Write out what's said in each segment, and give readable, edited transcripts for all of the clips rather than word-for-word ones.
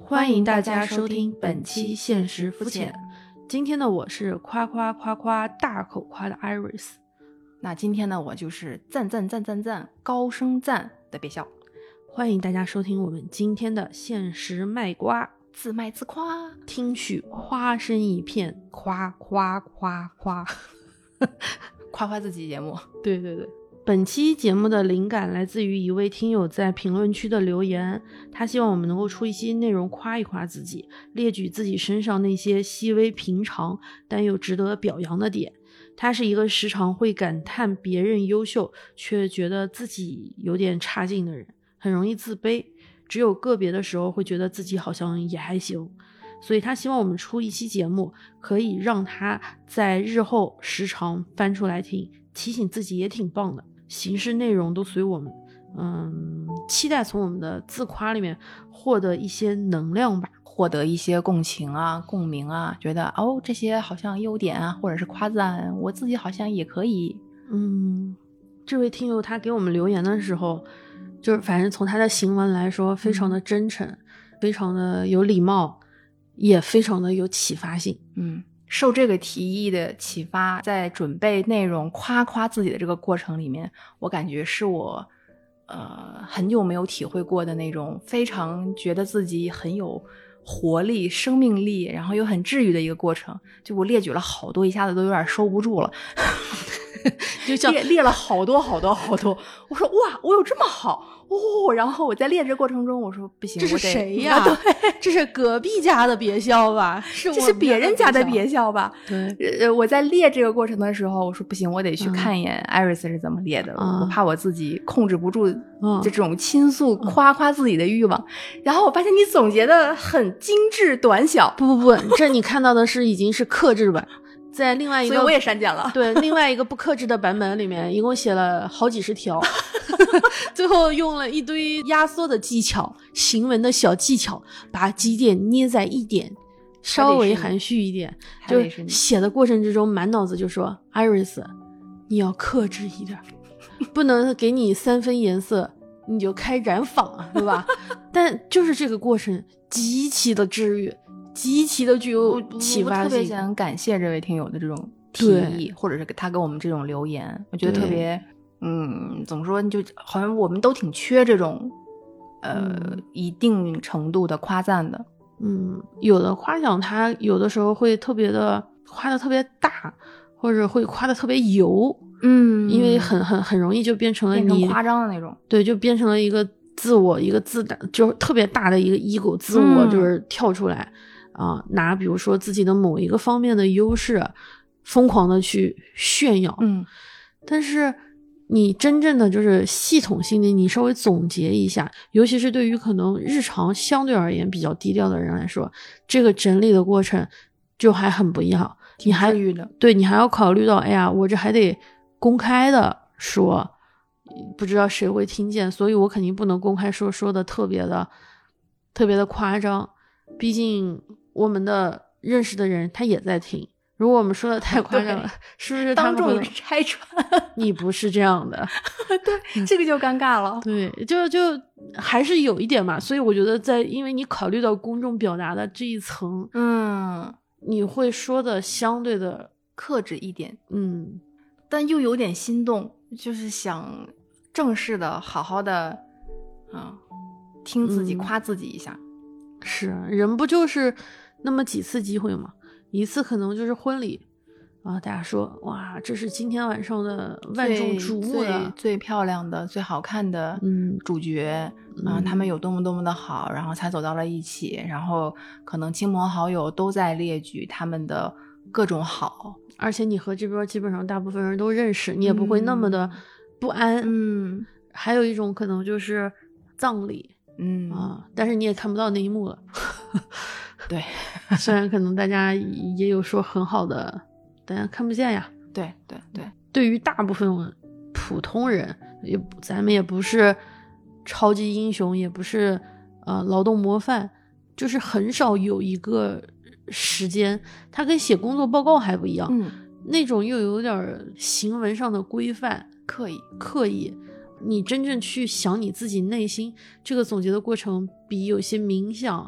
欢迎大家收听本期现实肤浅。今天的我是夸夸夸夸大口夸的 Iris， 那今天呢，我就是赞赞赞赞赞高声赞的别笑。 欢迎大家收听我们今天的现实卖瓜， 自卖自夸， 听取夸声一片，夸夸夸夸夸夸自己节目。 对对对，本期节目的灵感来自于一位听友在评论区的留言，他希望我们能够出一些内容夸一夸自己，列举自己身上那些细微平常但又值得表扬的点。他是一个时常会感叹别人优秀却觉得自己有点差劲的人，很容易自卑，只有个别的时候会觉得自己好像也还行，所以他希望我们出一期节目，可以让他在日后时常翻出来听，提醒自己也挺棒的。形式内容都随我们，期待从我们的自夸里面获得一些能量吧， 获得一些共情啊、共鸣啊，觉得这些好像优点啊，或者是夸赞，我自己好像也可以。 这位听友他给我们留言的时候，就是反正从他的行文来说，非常的真诚，非常的有礼貌，也非常的有启发性。 受这个提议的启发，在准备内容夸夸自己的这个过程里面，我感觉是我很久没有体会过的那种非常觉得自己很有活力、生命力，然后又很治愈的一个过程。就我列举了好多，一下子都有点收不住了就像列了好多好多好多。我说哇，我有这么好然后我在列这过程中，我说不行， 这是谁呀？对，这是隔壁家的别笑吧？ 这是别人家的别笑吧？ 对， 我在列这个过程的时候，我说不行，我得去看一眼 Iris 是怎么列的。我怕我自己控制不住这种倾诉夸夸自己的欲望。然后我发现你总结的很精致短小。 不，这你看到的是已经是克制版。在另外一个， 所以我也删减了。 对，另外一个不克制的版本里面，一共写了好几十条，最后用了一堆压缩的技巧、行文的小技巧，把几点捏在一点，稍微含蓄一点。就写的过程之中，满脑子就说 ：“Iris， 你要克制一点，不能给你3分颜色你就开染坊，对吧？”但就是这个过程极其的治愈。极其的具有启发性。 我特别想感谢这位听友的这种提议，或者是他给我们这种留言，我觉得特别怎么说，就好像我们都挺缺这种一定程度的夸赞的。 有的夸奖他有的时候会特别的夸的特别大，或者会夸的特别油，因为很容易就变成了你夸张的那种。 对，就变成了一个自我，一个自大，就是特别大的一个 ego 自我，就是跳出来拿比如说自己的某一个方面的优势疯狂的去炫耀。但是你真正的就是系统性的你稍微总结一下，尤其是对于可能日常相对而言比较低调的人来说，这个整理的过程就还很不一样。你还对，你还要考虑到，哎呀，我这还得公开的说，不知道谁会听见，所以我肯定不能公开说的特别的夸张，毕竟我们的认识的人他也在听，如果我们说的太夸张了，是不是当众拆穿？ 你不是这样的。 对，这个就尴尬了。 对，就还是有一点嘛，所以我觉得因为你考虑到公众表达的这一层，你会说的相对的克制一点，但又有点心动，就是想正式的好好的听自己夸自己一下。 是人不就是那么几次机会吗？一次可能就是婚礼大家说哇，这是今天晚上的万众瞩目的最漂亮的最好看的主角他们有多么多么的好，然后才走到了一起，然后可能亲朋好友都在列举他们的各种好， 而且你和这边基本上大部分人都认识，你也不会那么的不安。还有一种可能就是葬礼但是你也看不到那一幕了对虽然可能大家也有说很好的，大家看不见呀。 对， 对于大部分普通人，咱们也不是超级英雄，也不是劳动模范，就是很少有一个时间，它跟写工作报告还不一样，那种又有点行文上的规范，刻意，你真正去想你自己内心，这个总结的过程比有些冥想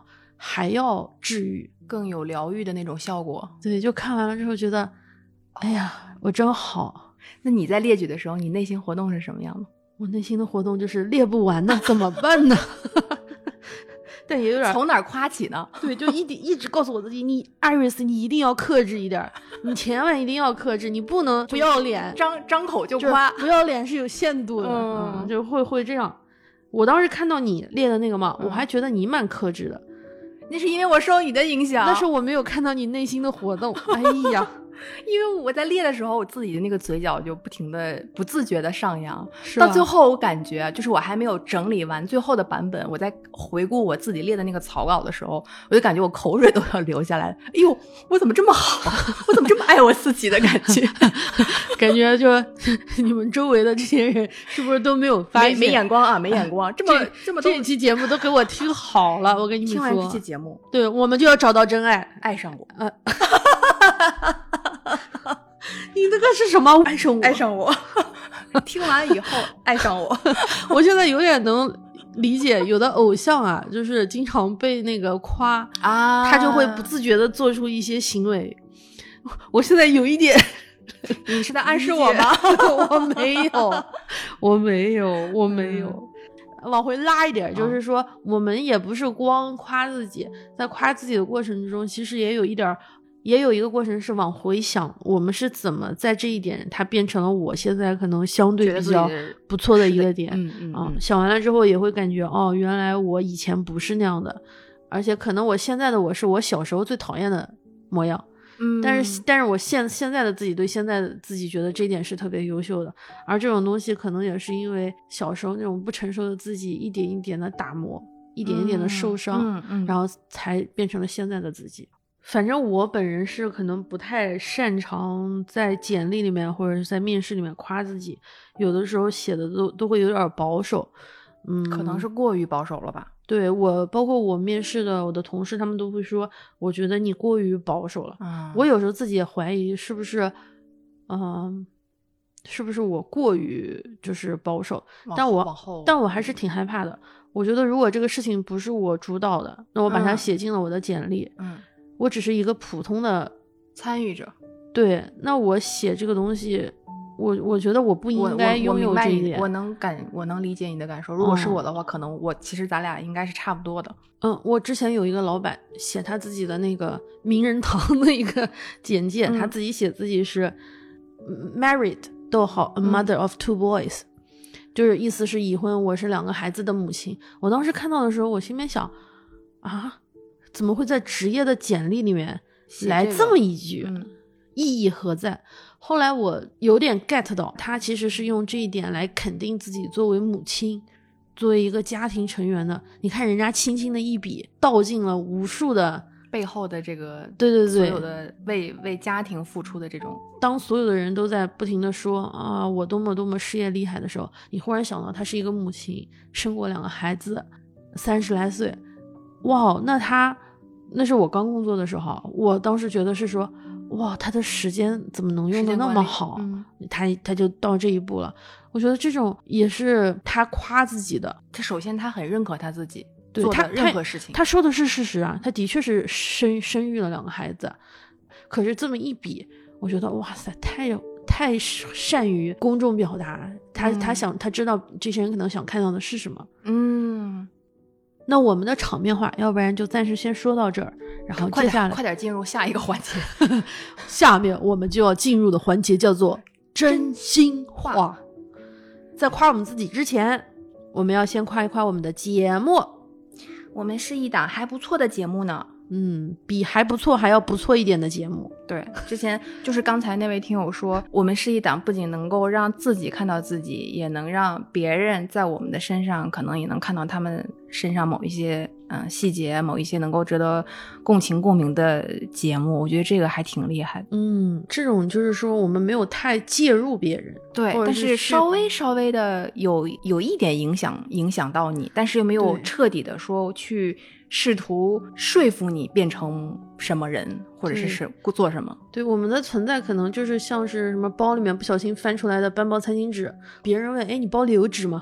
还要治愈， 更有疗愈的那种效果。 对，就看完了之后觉得，哎呀，我真好。 那你在列举的时候，你内心活动是什么样的？ 我内心的活动就是列不完呢，怎么办呢？但也有点从哪儿夸起呢？ 对，就一直告诉我自己，你艾瑞斯，你一定要克制一点，你千万一定要克制，你不能不要脸， 张口就夸， 不要脸是有限度的，就会这样。我当时看到你列的那个嘛，我还觉得你蛮克制的， 那是因为我受你的影响， 但是我没有看到你内心的活动。哎呀。 因为我在列的时候，我自己的那个嘴角就不停的、不自觉的上扬， 到最后我感觉就是我还没有整理完最后的版本，我在回顾我自己列的那个草稿的时候，我就感觉我口水都要流下来了。哎呦，我怎么这么好？我怎么这么爱我自己的感觉？ 感觉就你们周围的这些人是不是都没有发现？ 没眼光啊，没眼光！ 这一期节目都给我听好了，我跟你们说， 听完这期节目， 对我们就要找到真爱， 爱上我。 你那个是什么？爱上我， 爱上我。听完以后爱上我。 我现在有点能理解，有的偶像啊，就是经常被那个夸啊，他就会不自觉的做出一些行为。我现在有一点， 你是在暗示我吗？ 我没有，我没有。往回拉一点，就是说，我们也不是光夸自己，在夸自己的过程之中，其实也有一个过程是往回想，我们是怎么在这一点，它变成了我现在可能相对比较不错的一个点。想完了之后也会感觉，哦，原来我以前不是那样的，而且可能我现在的我是我小时候最讨厌的模样。但是我现在的自己对现在的自己觉得这点是特别优秀的，而这种东西可能也是因为小时候那种不成熟的自己一点一点的打磨，一点一点的受伤，然后才变成了现在的自己。反正我本人是可能不太擅长在简历里面或者是在面试里面夸自己，有的时候写的都会有点保守， 可能是过于保守了吧。 对，包括我面试的我的同事，他们都会说，我觉得你过于保守了。我有时候自己也怀疑是不是我过于就是保守，但我还是挺害怕的。我觉得如果这个事情不是我主导的，那我把它写进了我的简历，我只是一个普通的参与者。 对，那我写这个东西。我觉得我不应该拥有这一点。 我能理解你的感受。如果是我的话，可能其实咱俩应该是差不多的。 我之前有一个老板写他自己的那个名人堂的一个简介，他自己写自己是 married 逗号 a mother of 2 boys， 就是意思是已婚，我是2个孩子的母亲。我当时看到的时候，我心里面想啊，怎么会在职业的简历里面来这么一句？意义何在？后来我有点 get 到，他其实是用这一点来肯定自己作为母亲，作为一个家庭成员的。你看人家轻轻的一笔，道尽了无数的背后的这个， 对， 所有的为家庭付出的这种。 当所有的人都在不停的说啊，我多么多么事业厉害的时候，你忽然想到她是一个母亲，生过2个孩子，30来岁，哇，那是我刚工作的时候，我当时觉得是说，哇，他的时间怎么能用得那么好？他就到这一步了。我觉得这种也是他夸自己的。 首先他很认可他自己做的任何事情。 他说的是事实啊，他的确是生育了2个孩子。可是这么一比，我觉得哇塞，太善于公众表达。他知道这些人可能想看到的是什么。那我们的场面话，要不然就暂时先说到这儿，然后接下来快点进入下一个环节。 下面我们就要进入的环节叫做真心话。在夸我们自己之前，我们要先夸一夸我们的节目。 我们是一档还不错的节目呢。 比还不错还要不错一点的节目。 对，之前就是刚才那位听友说，我们是一档不仅能够让自己看到自己，也能让别人在我们的身上可能也能看到他们身上某一些细节，某一些能够值得共情共鸣的节目。我觉得这个还挺厉害的。 这种就是说我们没有太介入别人， 对，但是稍微的有一点影响到你，但是又没有彻底的说去试图说服你变成什么人，或者是做什么。 对，我们的存在可能就是像是什么包里面不小心翻出来的单包餐巾纸，别人问，哎，你包里有纸吗？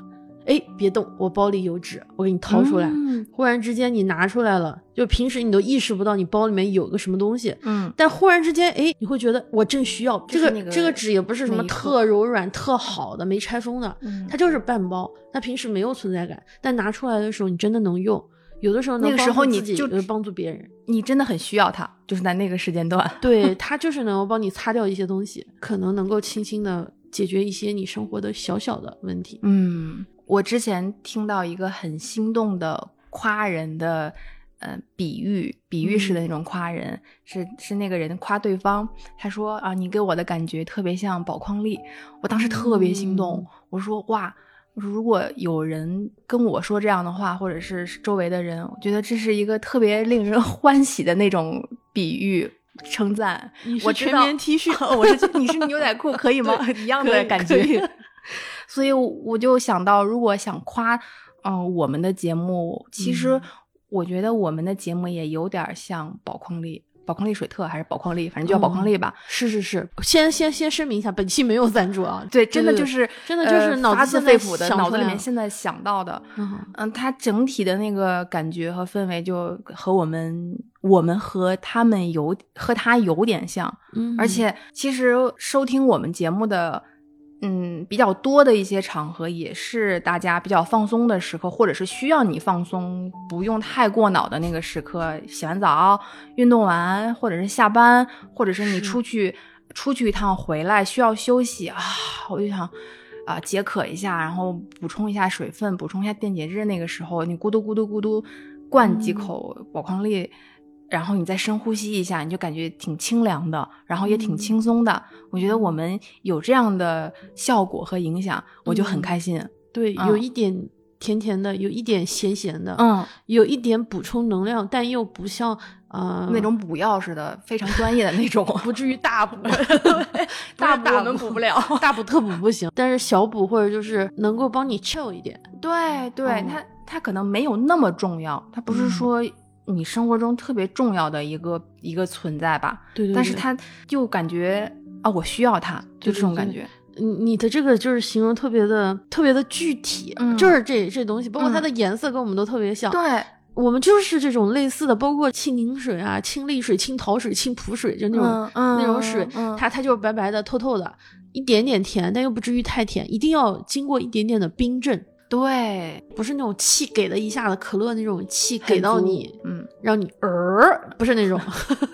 哎，别动，我包里有纸，我给你掏出来。忽然之间你拿出来了，就平时你都意识不到你包里面有个什么东西，但忽然之间，哎，你会觉得我正需要这个纸，也不是什么特柔软、特好的、没拆封的，它就是半包，它平时没有存在感，但拿出来的时候你真的能用，有的时候能帮助自己，有的帮助别人， 你真的很需要它，就是在那个时间段， 对，它就是能够帮你擦掉一些东西，可能能够轻轻的解决一些你生活的小小的问题。 我之前听到一个很心动的夸人的比喻式的那种夸人，是那个人夸对方，他说啊，你给我的感觉特别像宝矿力。我当时特别心动，我说哇，如果有人跟我说这样的话，或者是周围的人，我觉得这是一个特别令人欢喜的那种比喻称赞。 你是全棉 T 恤， 你是牛仔裤，可以吗？一样的感觉。所以我就想到，如果想夸我们的节目，其实我觉得我们的节目也有点像宝矿力水特，还是宝矿力，反正就叫宝矿力吧。 是，先声明一下，本期没有赞助啊。 对，真的就是发自肺腑的，脑子里面现在想到的。它整体的那个感觉和氛围就和我们和他有点像。而且其实收听我们节目的比较多的一些场合，也是大家比较放松的时刻，或者是需要你放松不用太过脑的那个时刻，洗完澡运动完，或者是下班，或者是你出去一趟回来需要休息啊，我就想解渴一下，然后补充一下水分，补充一下电解质，那个时候你咕嘟咕嘟咕嘟灌几口宝矿力，然后你再深呼吸一下，你就感觉挺清凉的，然后也挺轻松的。我觉得我们有这样的效果和影响，我就很开心。 对，有一点甜甜的，有一点咸咸的，有一点补充能量，但又不像那种补药似的，非常专业的那种， 不至于大补。 大补我们补不了， 大补特补不行，但是小补或者就是能够帮你 chill 一点。 对，它可能没有那么重要，它不是说你生活中特别重要的一个存在吧。 对， 但是它就感觉我需要它，就这种感觉。 你的这个就是形容特别的具体，就是这东西，包括它的颜色跟我们都特别像。 对， 我们就是这种类似的，包括清宁水啊、清丽水、清桃水、清蒲水，就那种水，它就是白白的、透透的，一点点甜，但又不至于太甜，一定要经过一点点的冰镇。 对， 不是那种气给的一下子，可乐那种气给到你，让你不是那种。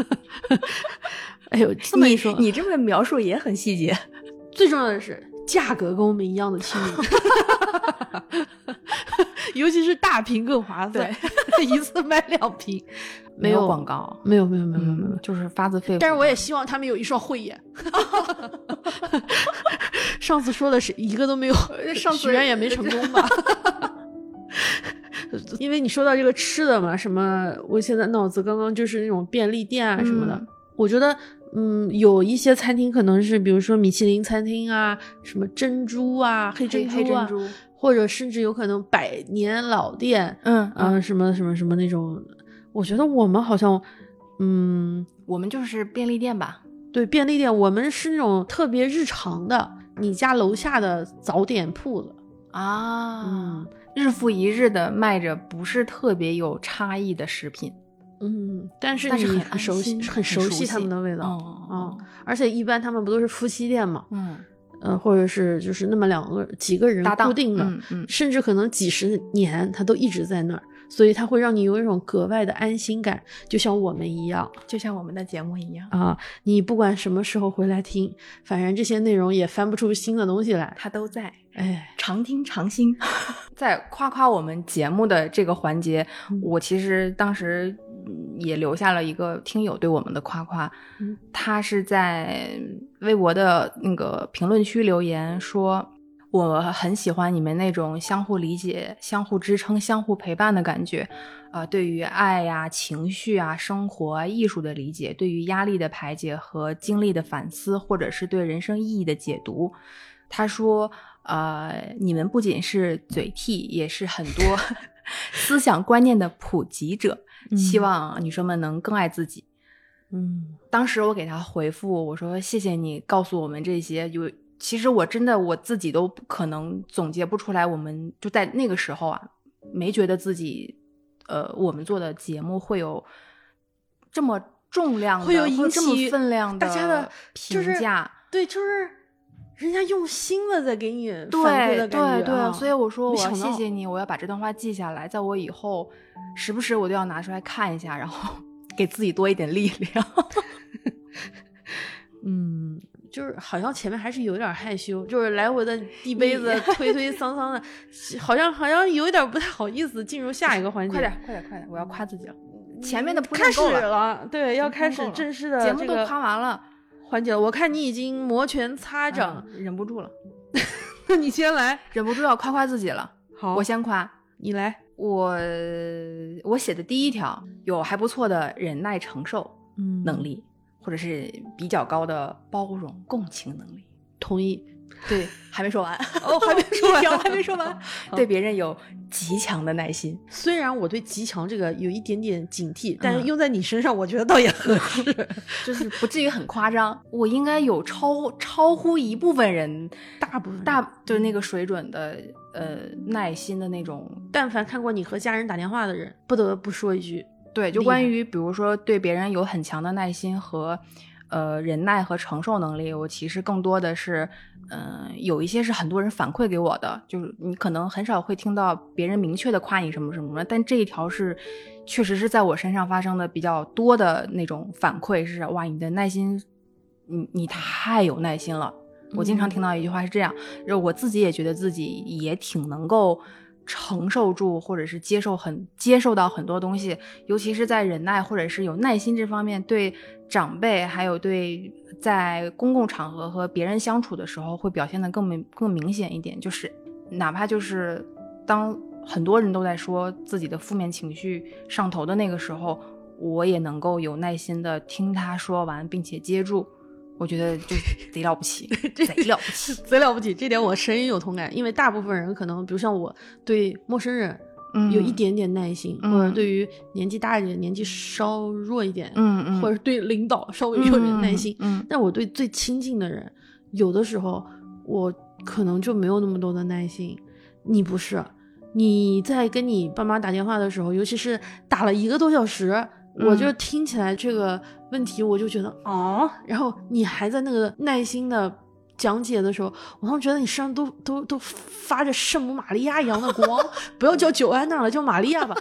哎呦， 你这么描述也很细节。 最重要的是价格跟我们一样的亲民。尤其是大瓶更划算，一次买2瓶。 没有广告， 没有， 就是发自肺腑。 但是我也希望他们有一双慧眼。上次说的是一个都没有，许愿也没成功吧。因为你说到这个吃的嘛，什么我现在脑子刚刚就是那种便利店啊什么的，我觉得有一些餐厅可能是比如说米其林餐厅啊，什么珍珠啊、黑珍珠，或者甚至有可能100年老店，什么那种。我觉得我们好像我们就是便利店吧。 对，便利店，我们是那种特别日常的，你家楼下的早点铺子啊，日复一日的卖着不是特别有差异的食品， 但是你很熟悉他们的味道，而且一般他们不都是夫妻店嘛，或者是就是那么几个人固定的，甚至可能几十年他都一直在那儿，所以它会让你有一种格外的安心感，就像我们一样， 就像我们的节目一样啊！你不管什么时候回来听，反正这些内容也翻不出新的东西来， 它都在，常听常新。在夸夸我们节目的这个环节，我其实当时也留下了一个听友对我们的夸夸，他是在微博的那个评论区留言说，我很喜欢你们那种相互理解、相互支撑、相互陪伴的感觉，对于爱呀、情绪啊、生活啊、艺术的理解，对于压力的排解和经历的反思，或者是对人生意义的解读。他说，你们不仅是嘴替，也是很多思想观念的普及者，希望女生们能更爱自己。当时我给他回复，我说谢谢你告诉我们这些， 其实我真的我自己都可能总结不出来，我们就在那个时候啊，没觉得自己我们做的节目会有这么重量的， 会有引这么起分量大家的评价， 对，就是人家用心了在给你反馈的对感觉， 对，所以我说我要没想到谢谢你，我要把这段话记下来，在我以后时不时我都要拿出来看一下，然后给自己多一点力量。 就是好像前面还是有点害羞，就是来回的递杯子推推搡搡的，好像有点不太好意思进入下一个环节。 快点，我要夸自己了。前面的铺开始垫够了，对，要开始正式的节目都夸完了环节了。我看你已经摩拳擦掌， 忍不住了。 那你先来， 忍不住要夸自己了。 好， 我先夸， 你来。 我写的第一条有还不错的忍耐承受能力。或者是比较高的包容共情能力。 同意。 对，还没说完哦，还没说完， 还没说完。对别人有极强的耐心。 虽然我对极强这个有一点点警惕，但是用在你身上我觉得倒也合适。 就是不至于很夸张。我应该有超乎一部分人， 大部分就是那个水准的耐心的那种。 但凡看过你和家人打电话的人，不得不说一句， 对，就关于比如说对别人有很强的耐心和忍耐和承受能力，我其实更多的是有一些是很多人反馈给我的，就是你可能很少会听到别人明确的夸你什么什么，但这一条是确实是在我身上发生的比较多的那种反馈，是哇，你的耐心，你太有耐心了。我经常听到一句话是这样，我自己也觉得自己也挺能够承受住，或者是接受到很多东西，尤其是在忍耐或者是有耐心这方面，对长辈还有对在公共场合和别人相处的时候会表现得更明显一点。就是哪怕就是当很多人都在说自己的负面情绪上头的那个时候，我也能够有耐心的听他说完并且接住。我觉得就贼了不起贼了不起贼了不起，这点我深有同感。因为大部分人可能比如像我对陌生人有一点点耐心，或者对于年纪大一点年纪稍弱一点或者对领导稍微有点耐心但我对最亲近的人有的时候我可能就没有那么多的耐心。你不是，你在跟你爸妈打电话的时候，尤其是打了1个多小时，我就听起来这个问题我就觉得然后你还在那个耐心的讲解的时候，我当时觉得你身上都发着圣母玛利亚一样的光不要叫九安娜了，叫玛利亚吧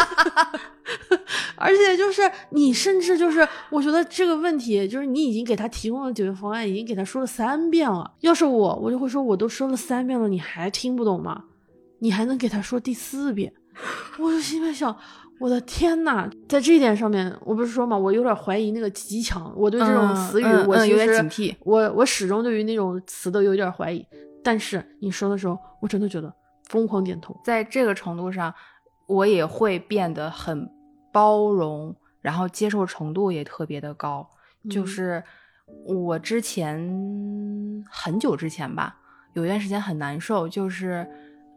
而且就是你甚至就是我觉得这个问题就是你已经给他提供了解决方案，已经给他说了3遍了。要是我就会说，我都说了3遍了，你还听不懂吗？你还能给他说第4遍？我就心里想，我的天哪！在这一点上面，我不是说嘛，我有点怀疑那个极强。我对这种词语，我其实有点警惕。 我始终对于那种词都有点怀疑。但是你说的时候，我真的觉得疯狂点头。 在这个程度上，我也会变得很包容，然后接受程度也特别的高。就是我之前很久之前吧，有一段时间很难受，就是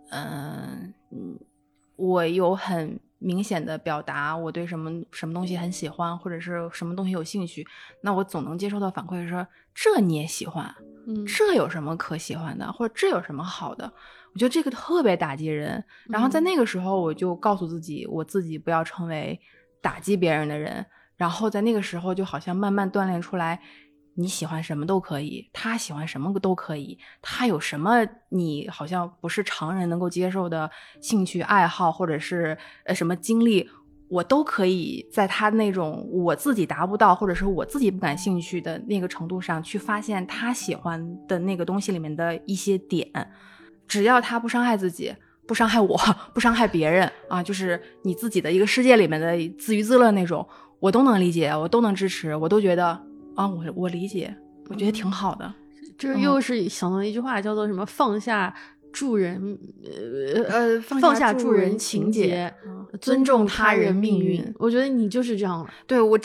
我有很明显的表达我对什么东西很喜欢，或者是什么东西有兴趣，那我总能接受到反馈说这你也喜欢，这有什么可喜欢的，或者这有什么好的。我觉得这个特别打击人。然后在那个时候我就告诉自己，我自己不要成为打击别人的人。然后在那个时候就好像慢慢锻炼出来，你喜欢什么都可以，他喜欢什么都可以，他有什么你好像不是常人能够接受的兴趣爱好，或者是什么经历，我都可以在他那种我自己达不到或者是我自己不感兴趣的那个程度上去发现他喜欢的那个东西里面的一些点。只要他不伤害自己，不伤害我，不伤害别人啊，就是你自己的一个世界里面的自娱自乐那种，我都能理解，我都能支持，我都觉得我理解，我觉得挺好的。 这又是想到一句话，叫做什么放下助人放下助人情节，尊重他人命运。 我觉得你就是这样了。 对，我这个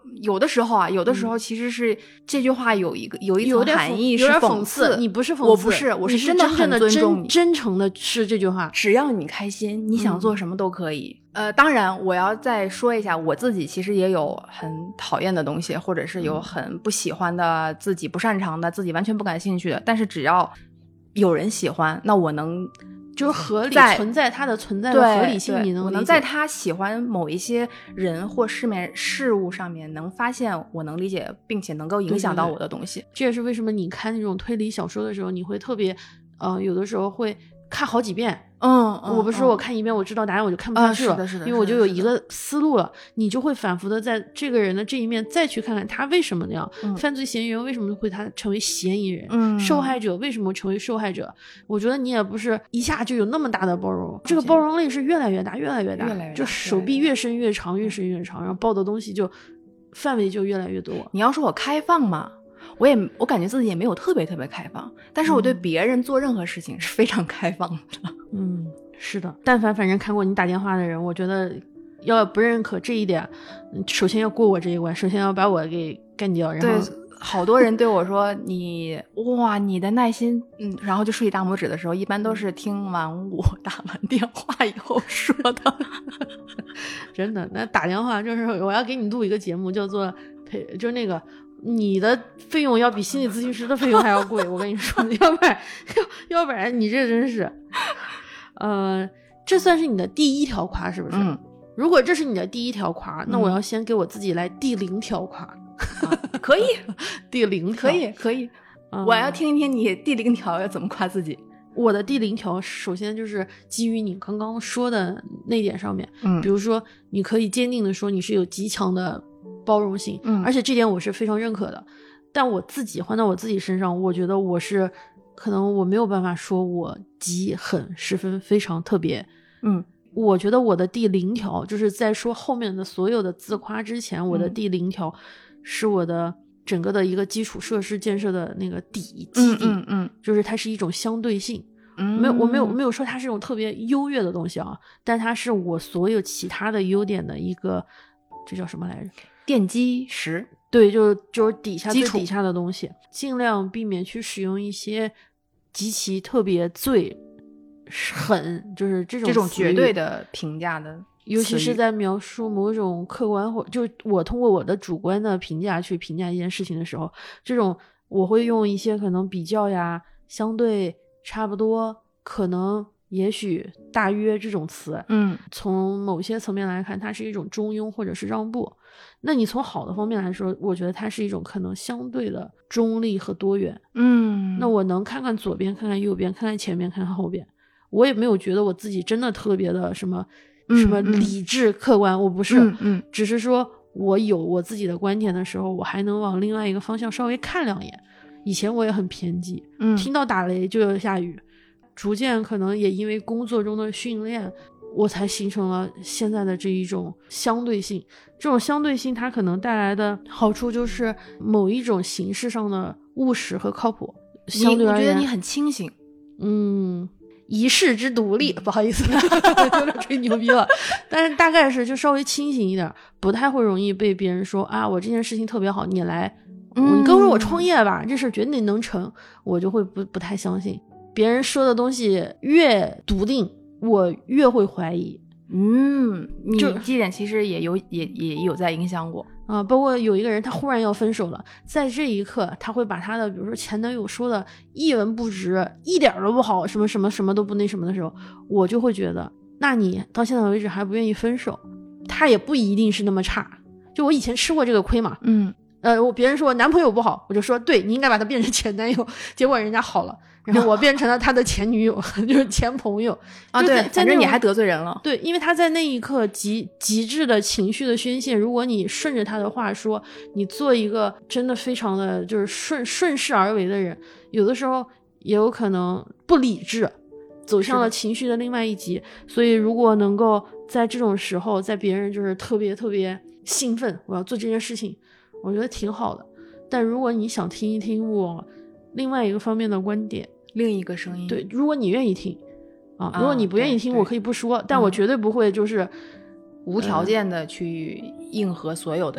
有的时候其实是这句话有一层含义是讽刺， 你不是讽刺， 我不是，我是真的很尊重你， 真诚的是这句话， 只要你开心，你想做什么都可以。当然我要再说一下，我自己其实也有很讨厌的东西，或者是有很不喜欢的，自己不擅长的，自己完全不感兴趣的，但是只要有人喜欢，那我能就是合理存在它的存在的合理性，你能理解， 我能在他喜欢某一些人或事物上面能发现我能理解并且能够影响到我的东西。 这也是为什么你看那种推理小说的时候，你会特别有的时候会看好几遍。我不是我看一遍我知道答案我就看不下去了， 是的， 因为我就有一个思路了，你就会反复的在这个人的这一面再去看看他为什么那样，犯罪嫌疑人为什么会他成为嫌疑人，受害者为什么成为受害者。我觉得你也不是一下就有那么大的包容，这个包容力是越来越大，就手臂越伸越长，然后包的东西就范围就越来越多。 你要说我开放嘛，我感觉自己也没有特别开放，但是我对别人做任何事情是非常开放的。 是的，但反正看过你打电话的人，我觉得要不认可这一点，首先要过我这一关，首先要把我给干掉。然后对，好多人对我说你的耐心，然后就竖起大拇指的时候，一般都是听完我打完电话以后说的。 真的，那打电话就是我要给你录一个节目，叫做就是那个你的费用要比心理咨询师的费用还要贵，我跟你说，要不然你这真是，这算是你的第一条夸是不是？如果这是你的第一条夸，那我要先给我自己来第0条夸。 可以， 第0条可以，我要听一听你第0条要怎么夸自己。 我的第0条首先就是基于你刚刚说的那点上面，比如说你可以坚定的说你是有极强的包容性，而且这点我是非常认可的。但我自己换到我自己身上，我觉得我是可能我没有办法说我极很十分非常特别。我觉得我的第0条就是在说后面的所有的自夸之前，我的第0条是我的整个的一个基础设施建设的那个基地，就是它是一种相对性。我没有说它是一种特别优越的东西啊，但它是我所有其他的优点的一个，这叫什么来着？ 奠基石。 对，就是底下最底下的东西，尽量避免去使用一些极其特别最狠，就是这种绝对的评价的， 尤其是在描述某种客观或就我通过我的主观的评价去评价一件事情的时候，这种我会用一些可能比较呀、相对、差不多、可能、也许、大约这种词。从某些层面来看，它是一种中庸或者是让步。那你从好的方面来说，我觉得它是一种可能相对的中立和多元。那我能看看左边，看看右边，看看前面，看看后边。我也没有觉得我自己真的特别的什么理智客观，我不是，只是说我有我自己的观点的时候，我还能往另外一个方向稍微看2眼。以前我也很偏激，听到打雷就要下雨，逐渐可能也因为工作中的训练，我才形成了现在的这一种相对性。这种相对性它可能带来的好处就是某一种形式上的务实和靠谱。相对而言， 我觉得你很清醒。 一世之独立，不好意思有点吹牛逼了，但是大概是就稍微清醒一点，不太会容易被别人说啊，我这件事情特别好，你来你跟我创业吧，这事绝对能成，我就会不太相信。别人说的东西越笃定，我越会怀疑。 你这点其实也有在影响我啊。包括有一个人他忽然要分手了，在这一刻他会把他的比如说前男友说的一文不值，一点都不好，什么都不那什么的时候，我就会觉得那你到现在为止还不愿意分手，他也不一定是那么差。就我以前吃过这个亏嘛。别人说我男朋友不好，我就说对，你应该把他变成前男友，结果人家好了，然后我变成了他的前女友就是前朋友啊。对，反正你还得罪人了。 对，因为他在那一刻极致的情绪的宣泄，如果你顺着他的话说，你做一个真的非常的就是顺势而为的人，有的时候也有可能不理智，走向了情绪的另外一极。所以如果能够在这种时候，在别人就是特别特别兴奋我要做这件事情，我觉得挺好的。但如果你想听一听我另外一个方面的观点， 另一个声音， 对，如果你愿意听啊，如果你不愿意听我可以不说，但我绝对不会就是无条件的去应和所有的声音。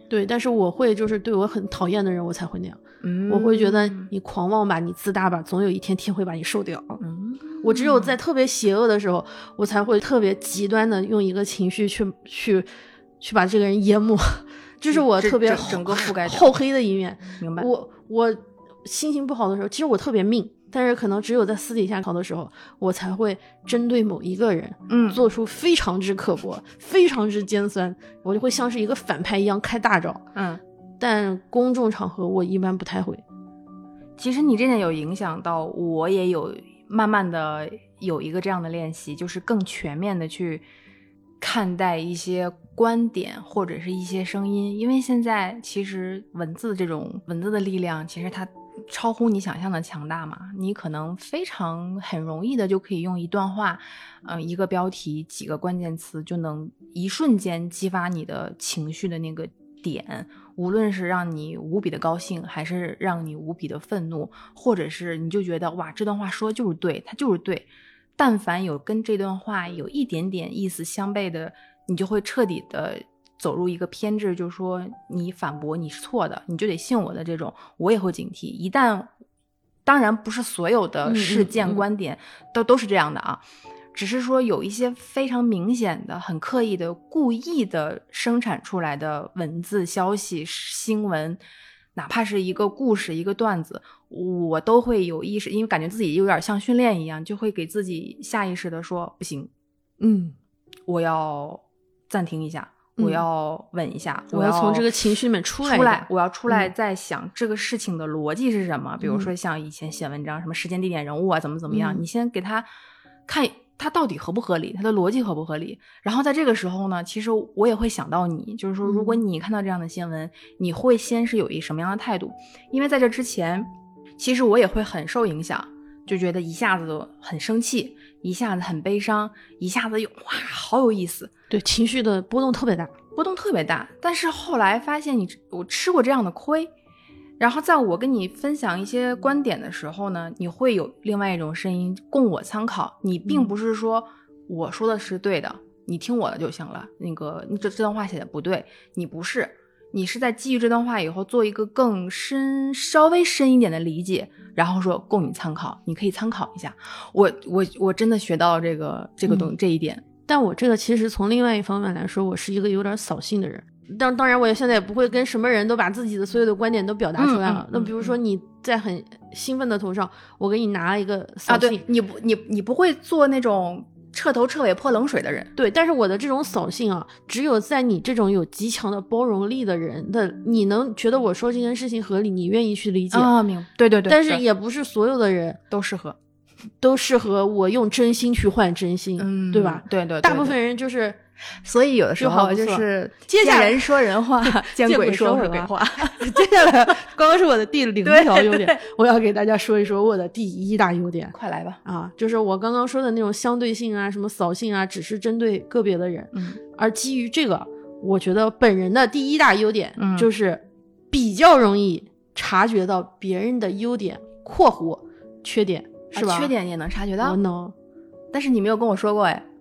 对，但是我会就是对我很讨厌的人我才会那样。 嗯， 我会觉得你狂妄吧，你自大吧，总有一天天会把你受掉。我只有在特别邪恶的时候，我才会特别极端的用一个情绪去把这个人淹没，这是我特别整个覆盖掉厚黑的一面。 明白。 我心情不好的时候，其实我特别命，但是可能只有在私底下考的时候，我才会针对某一个人，做出非常之刻薄、非常之尖酸，我就会像是一个反派一样开大招。但公众场合我一般不太会。 其实你这点有影响到我，也有慢慢的有一个这样的练习，就是更全面的去看待一些观点或者是一些声音，因为现在其实文字的力量，其实它超乎你想象的强大嘛。你可能很容易的就可以用一段话，一个标题，几个关键词，就能一瞬间激发你的情绪的那个点，无论是让你无比的高兴，还是让你无比的愤怒，或者是你就觉得哇，这段话说的就是对，它就是对。但凡有跟这段话有一点点意思相悖的，你就会彻底的走入一个偏执，就是说你反驳你是错的，你就得信我的这种，我也会警惕。一旦，当然不是所有的事件观点都是这样的啊，只是说有一些非常明显的、很刻意的、故意的生产出来的文字、消息、新闻，哪怕是一个故事、一个段子，我都会有意识，因为感觉自己有点像训练一样，就会给自己下意识的说不行，我要暂停一下，我要稳一下， 我要从这个情绪里面出来， 我要出来再想这个事情的逻辑是什么。比如说像以前写文章，什么时间地点人物啊，怎么样，你先给他看它到底合不合理，它的逻辑合不合理。然后在这个时候呢，其实我也会想到你，就是说如果你看到这样的新闻，你会先是有一什么样的态度。因为在这之前其实我也会很受影响，就觉得一下子很生气，一下子很悲伤，一下子哇好有意思， 对，情绪的波动特别大。 但是后来发现我吃过这样的亏，然后在我跟你分享一些观点的时候呢，你会有另外一种声音供我参考。你并不是说我说的是对的，你听我的就行了，你这段话写的不对，你不是，你是在基于这段话以后做一个更稍微深一点的理解，然后说供你参考，你可以参考一下。我真的学到这一点。 但我这个其实从另外一方面来说，我是一个有点扫兴的人。当然我也现在也不会跟什么人都把自己的所有的观点都表达出来了。那比如说你在很兴奋的头上，我给你拿了一个扫兴， 对，你不会做那种彻头彻尾泼冷水的人。 对，但是我的这种扫兴啊，只有在你这种有极强的包容力的人的，你能觉得我说这件事情合理，你愿意去理解啊，对， 但是也不是所有的人都适合我用真心去换真心，对吧？ 对， 大部分人就是， 所以有的时候就是见人说人话，见鬼说鬼话。 接下来刚刚是我的第0条优点，我要给大家说一说我的第1大优点。 快来吧！ 啊，就是我刚刚说的那种相对性啊，什么扫兴啊，只是针对个别的人。而基于这个，我觉得本人的第1大优点就是比较容易察觉到别人的优点（括弧缺点）。是吧？ 缺点也能察觉到， 我能， 但是你没有跟我说过哎。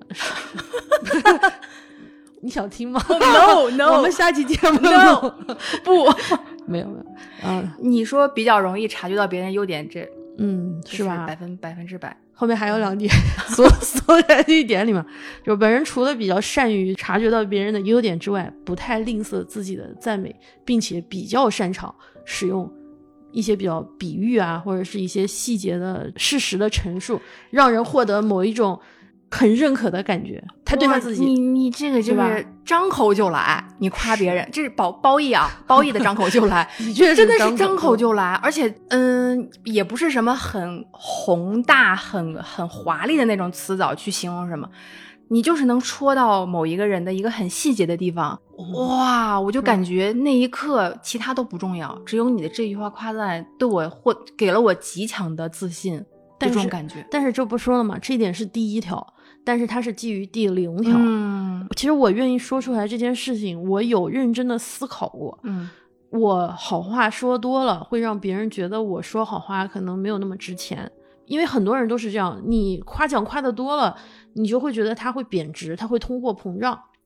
你想听吗 ？No， 我们下期节目 No 不， 没有你说比较容易察觉到别人优点，这是吧？ 百分之百。 后面还有2点，所在这一点里面，就本人除了比较善于察觉到别人的优点之外，不太吝啬自己的赞美，并且比较擅长使用一些比较比喻啊，或者是一些细节的事实的陈述，让人获得某一种很认可的感觉。他对他自己， 你这个就是张口就来，你夸别人，这是褒义啊，褒义的张口就来，真的是张口就来，而且也不是什么很宏大、很华丽的那种词藻去形容什么。你就是能戳到某一个人的一个很细节的地方，哇！我就感觉那一刻其他都不重要，只有你的这句话夸赞对我给了我极强的自信，这种感觉。 但是这不说了吗？这一点是第1条，但是它是基于第0条。其实我愿意说出来这件事情，我有认真的思考过。我好话说多了，会让别人觉得我说好话可能没有那么值钱。因为很多人都是这样，你夸奖夸得多了，你就会觉得它会贬值，它会通货膨胀。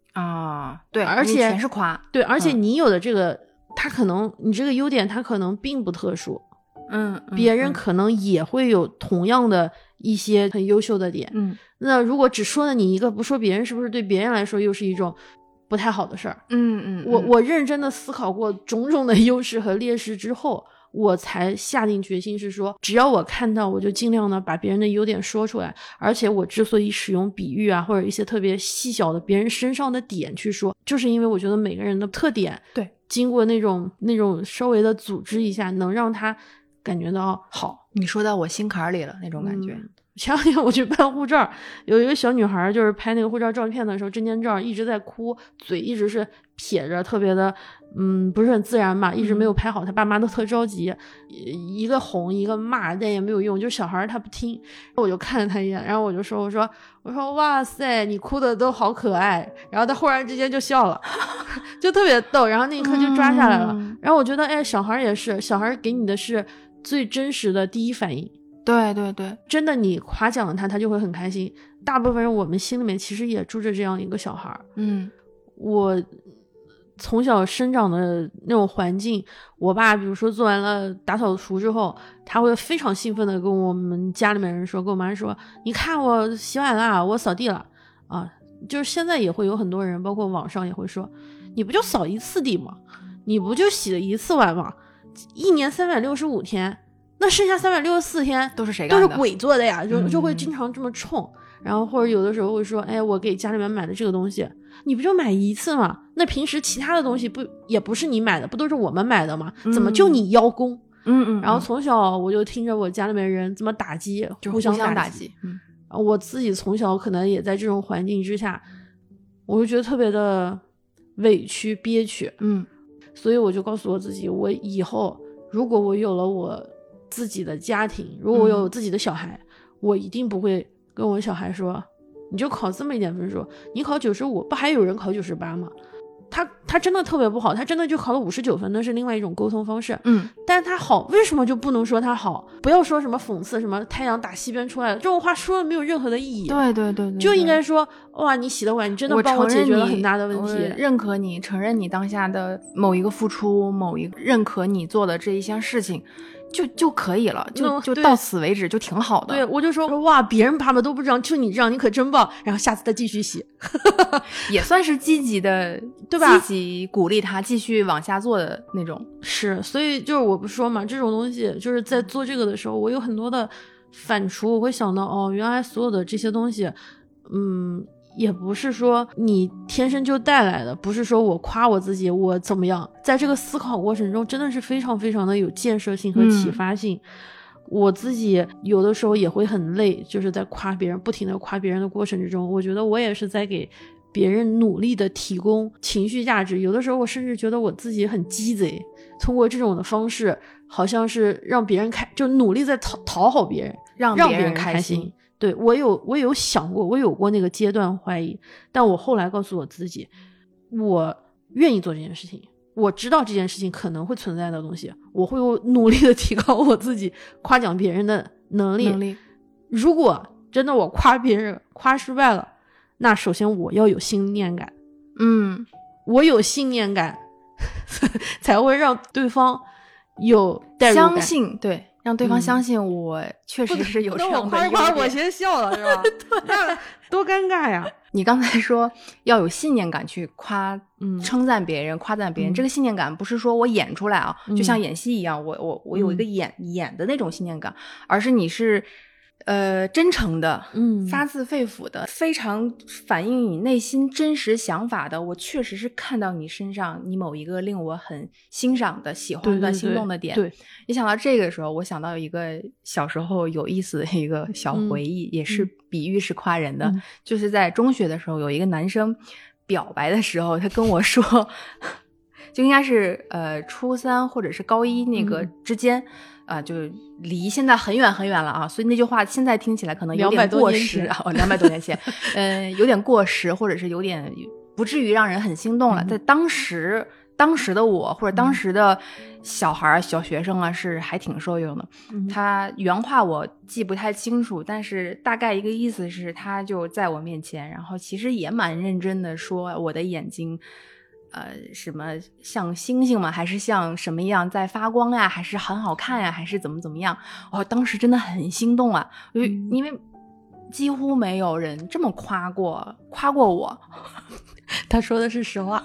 啊，对， 而且全是夸， 对，而且你有的这个，他可能你这个优点，他可能并不特殊，别人可能也会有同样的一些很优秀的点，那如果只说了你一个，不说别人，是不是对别人来说又是一种不太好的事儿？我认真的思考过种种的优势和劣势之后，我才下定决心是说，只要我看到，我就尽量的把别人的优点说出来。而且我之所以使用比喻啊，或者一些特别细小的别人身上的点去说，就是因为我觉得每个人的特点， 对， 经过那种稍微的组织一下，能让他感觉到好。 你说到我心坎里了那种感觉。 前两天我去办护照，有一个小女孩就是拍那个护照照片的时候，证件照一直在哭，嘴一直是撇着，特别的不是很自然吧，一直没有拍好，她爸妈都特着急，一个哄一个骂，但也没有用，就小孩她不听。我就看了她一眼，然后我说哇塞，你哭的都好可爱，然后她忽然之间就笑了就特别逗，然后那一刻就抓下来了。然后我觉得小孩也是，小孩给你的是最真实的第一反应。 对对对， 真的你夸奖了他就会很开心。大部分人我们心里面其实也住着这样一个小孩。我从小生长的那种环境，我爸比如说做完了打扫除之后，他会非常兴奋的跟我们家里面人说，跟我妈说，你看我洗碗啦，我扫地了啊。就是现在也会有很多人，包括网上也会说，你不就扫一次地吗？你不就洗了一次碗吗？一年365天，那剩下364天都是谁干的？ 都是鬼做的呀，就会经常这么冲。然后或者有的时候会说，我给家里面买的这个东西，你不就买一次吗？那平时其他的东西也不是你买的，不都是我们买的吗？怎么就你邀功？然后从小我就听着我家里面人怎么打击， 就互相打击。 我自己从小可能也在这种环境之下，我就觉得特别的委屈憋屈。所以我就告诉我自己，我以后如果我有了我自己的家庭，如果我有自己的小孩，我一定不会跟我小孩说，你就考这么一点分数，你考95，不还有人考98吗？他真的特别不好，他真的就考了59分，那是另外一种沟通方式。但是他好，为什么就不能说他好？不要说什么讽刺什么太阳打西边出来了，这种话说了没有任何的意义。 对， 就应该说，哇，你洗的碗，你真的帮我解决了很大的问题。 认可你，承认你当下的某一个付出，认可你做的这一项事情。就可以了，就到此为止，就挺好的。 对，我就说哇，别人爸爸都不这样，就你这样，你可真棒。然后下次他继续洗， 也算是积极的， 对吧？ 积极鼓励他继续往下做的那种。 是，所以就是我不说嘛，这种东西就是在做这个的时候，我有很多的反刍，我会想到原来所有的这些东西，也不是说你天生就带来的，不是说我夸我自己我怎么样，在这个思考过程中真的是非常非常的有建设性和启发性。我自己有的时候也会很累，就是在夸别人，不停的夸别人的过程之中，我觉得我也是在给别人努力的提供情绪价值。有的时候我甚至觉得我自己很鸡贼，通过这种的方式好像是让别人就努力在讨好别人， 让别人开心。 对，我有想过，我有过那个阶段怀疑，但我后来告诉我自己，我愿意做这件事情，我知道这件事情可能会存在的东西，我会努力的提高我自己夸奖别人的能力。如果真的我夸别人夸失败了，那首先我要有信念感。我有信念感才会让对方有代入感， 相信，对，让对方相信我确实是有这样的优点。 我夸我先笑了是吧？那多尴尬呀！ 你刚才说要有信念感去称赞别人、夸赞别人，这个信念感不是说我演出来啊，就像演戏一样，我有一个演的那种信念感，而是你是真诚的，发自肺腑的，非常反映你内心真实想法的。我确实是看到你身上你某一个令我很欣赏的、喜欢的、心动的点。 对， 你想到这个时候，我想到一个小时候有意思的一个小回忆，也是比喻是夸人的，就是在中学的时候，有一个男生表白的时候，他跟我说，就应该是初3或者是高1那个之间。就离现在很远很远了啊，所以那句话现在听起来可能有点过时啊，200多年前，有点过时，或者是有点不至于让人很心动了。在当时当时的我或者当时的小孩小学生啊是还挺受用的。他原话我记不太清楚，但是大概一个意思是他就在我面前，然后其实也蛮认真的说我的眼睛什么像星星吗？还是像什么样在发光呀？还是很好看呀？还是怎么样？当时真的很心动啊，因为几乎没有人这么夸过我。 他说的是实话。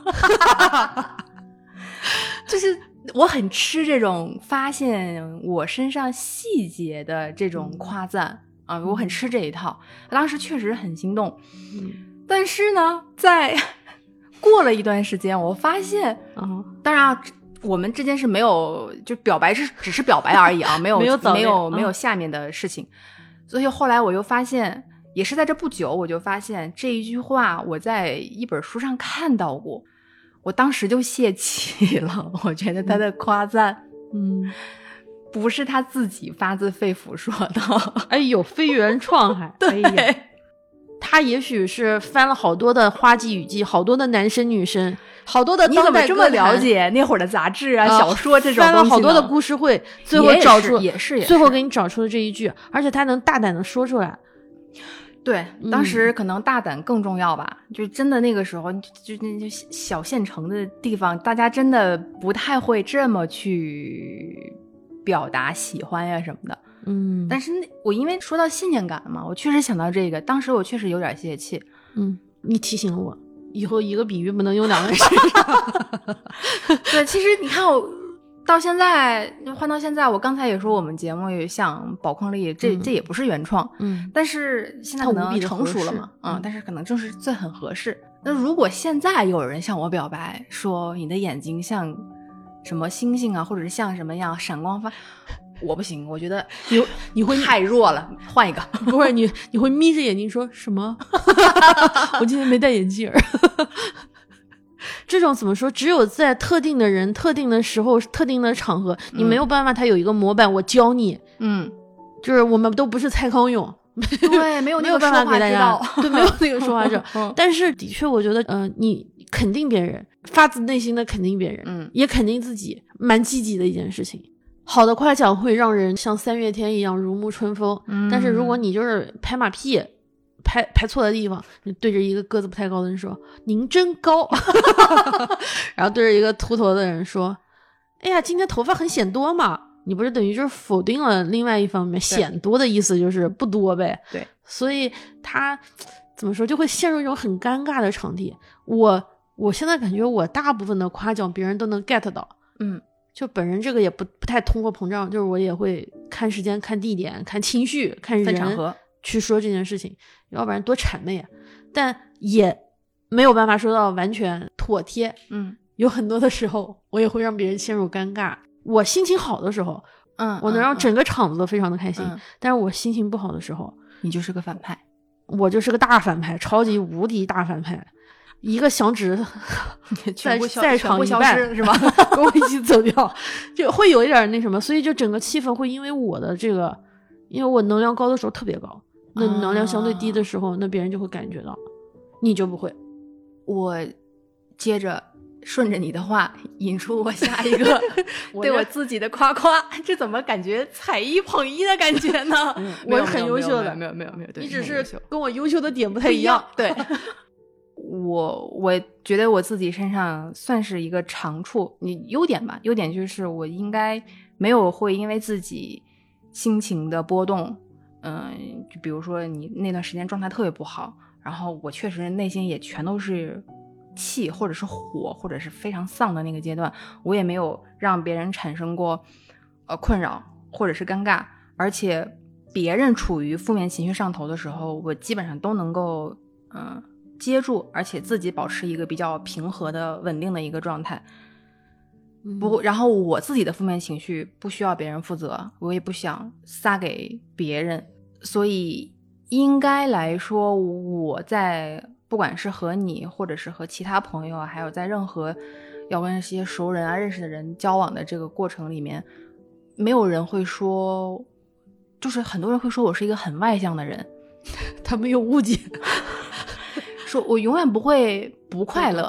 就是我很吃这种发现我身上细节的这种夸赞啊，我很吃这一套。当时确实很心动，但是呢，在过了一段时间，我发现，当然我们之间是没有就表白只是表白而已啊，没有下面的事情。所以后来我又发现，也是在这不久，我就发现这一句话我在一本书上看到过。我当时就泄气了，我觉得他的夸赞，不是他自己发自肺腑说的， 哎呦，非原创还对、 哎呀，他也许是翻了好多的花季雨季，好多的男生女生，好多的当代歌坛， 你怎么这么了解那会儿的杂志啊、小说这种东西呢？ 翻了好多的故事会，最后找出也是最后给你找出了这一句，而且他能大胆的说出来。 对，当时可能大胆更重要吧，就真的那个时候就小县城的地方，大家真的不太会这么去表达喜欢呀什么的。但是我因为说到信念感嘛，我确实想到这个，当时我确实有点泄气。 你提醒了我，以后一个比喻不能用两个人身上。 对，其实你看我到现在换到现在，我刚才也说我们节目也像宝矿力，这也不是原创，但是现在可能成熟了嘛，但是可能就是这很合适。那如果现在有人向我表白说你的眼睛像什么星星啊，或者是像什么样闪光发，我不行，我觉得你会太弱了，换一个。 不是你会眯着眼睛说什么？我今天没戴眼镜儿。这种怎么说？只有在特定的人、特定的时候、特定的场合，你没有办法，他有一个模板，我教你。就是我们都不是蔡康永， 对，没有那个办法给大家，对，没有那个说话者。但是的确，我觉得，你肯定别人，发自内心的肯定别人，也肯定自己，蛮积极的一件事情。好的夸奖会让人像三月天一样如沐春风，但是如果你就是拍马屁。拍错的地方，你对着一个个子不太高的人说您真高。然后对着一个秃头的人说哎呀今天头发很显多嘛，你不是等于就是否定了另外一方面，显多的意思就是不多呗。 对， 所以他怎么说就会陷入一种很尴尬的场地。我现在感觉我大部分的夸奖别人都能 get 到，就本人这个也不太通货膨胀，就是我也会看时间、看地点、看情绪、看人场合去说这件事情，要不然多谄媚啊。但也没有办法说到完全妥帖。有很多的时候我也会让别人陷入尴尬。我心情好的时候，我能让整个场子都非常的开心。但是我心情不好的时候， 你就是个反派， 我就是个大反派，超级无敌大反派。一个响指在场一半是吧？ 跟我一起走掉，就会有一点那什么，所以就整个气氛会因为我的这个，因为我能量高的时候特别高，那能量相对低的时候，那别人就会感觉到，你就不会。 我接着顺着你的话引出我下一个对我自己的夸夸，这怎么感觉踩一捧一的感觉呢？ 我是很优秀的， 没有， 你只是跟我优秀的点不太一样。 对。我觉得我自己身上算是一个长处，你优点吧，优点就是我应该没有会因为自己心情的波动，就比如说你那段时间状态特别不好，然后我确实内心也全都是气或者是火或者是非常丧的那个阶段，我也没有让别人产生过困扰或者是尴尬，而且别人处于负面情绪上头的时候，我基本上都能够接住，而且自己保持一个比较平和的稳定的一个状态。然后我自己的负面情绪不需要别人负责，我也不想撒给别人，所以应该来说我在不管是和你或者是和其他朋友还有在任何要跟一些熟人啊认识的人交往的这个过程里面，没有人会说，就是很多人会说我是一个很外向的人， 他们有误解。 说我永远不会不快乐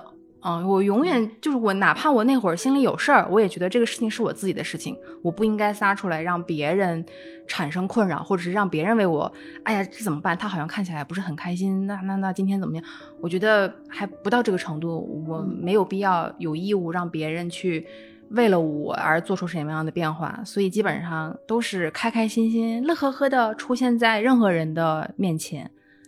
我永远就是我，哪怕我那会儿心里有事儿，我也觉得这个事情是我自己的事情，我不应该撒出来让别人产生困扰，或者是让别人为我，哎呀，这怎么办？他好像看起来不是很开心，那今天怎么样？我觉得还不到这个程度，我没有必要有义务让别人去为了我而做出什么样的变化，所以基本上都是开开心心、乐呵呵的出现在任何人的面前。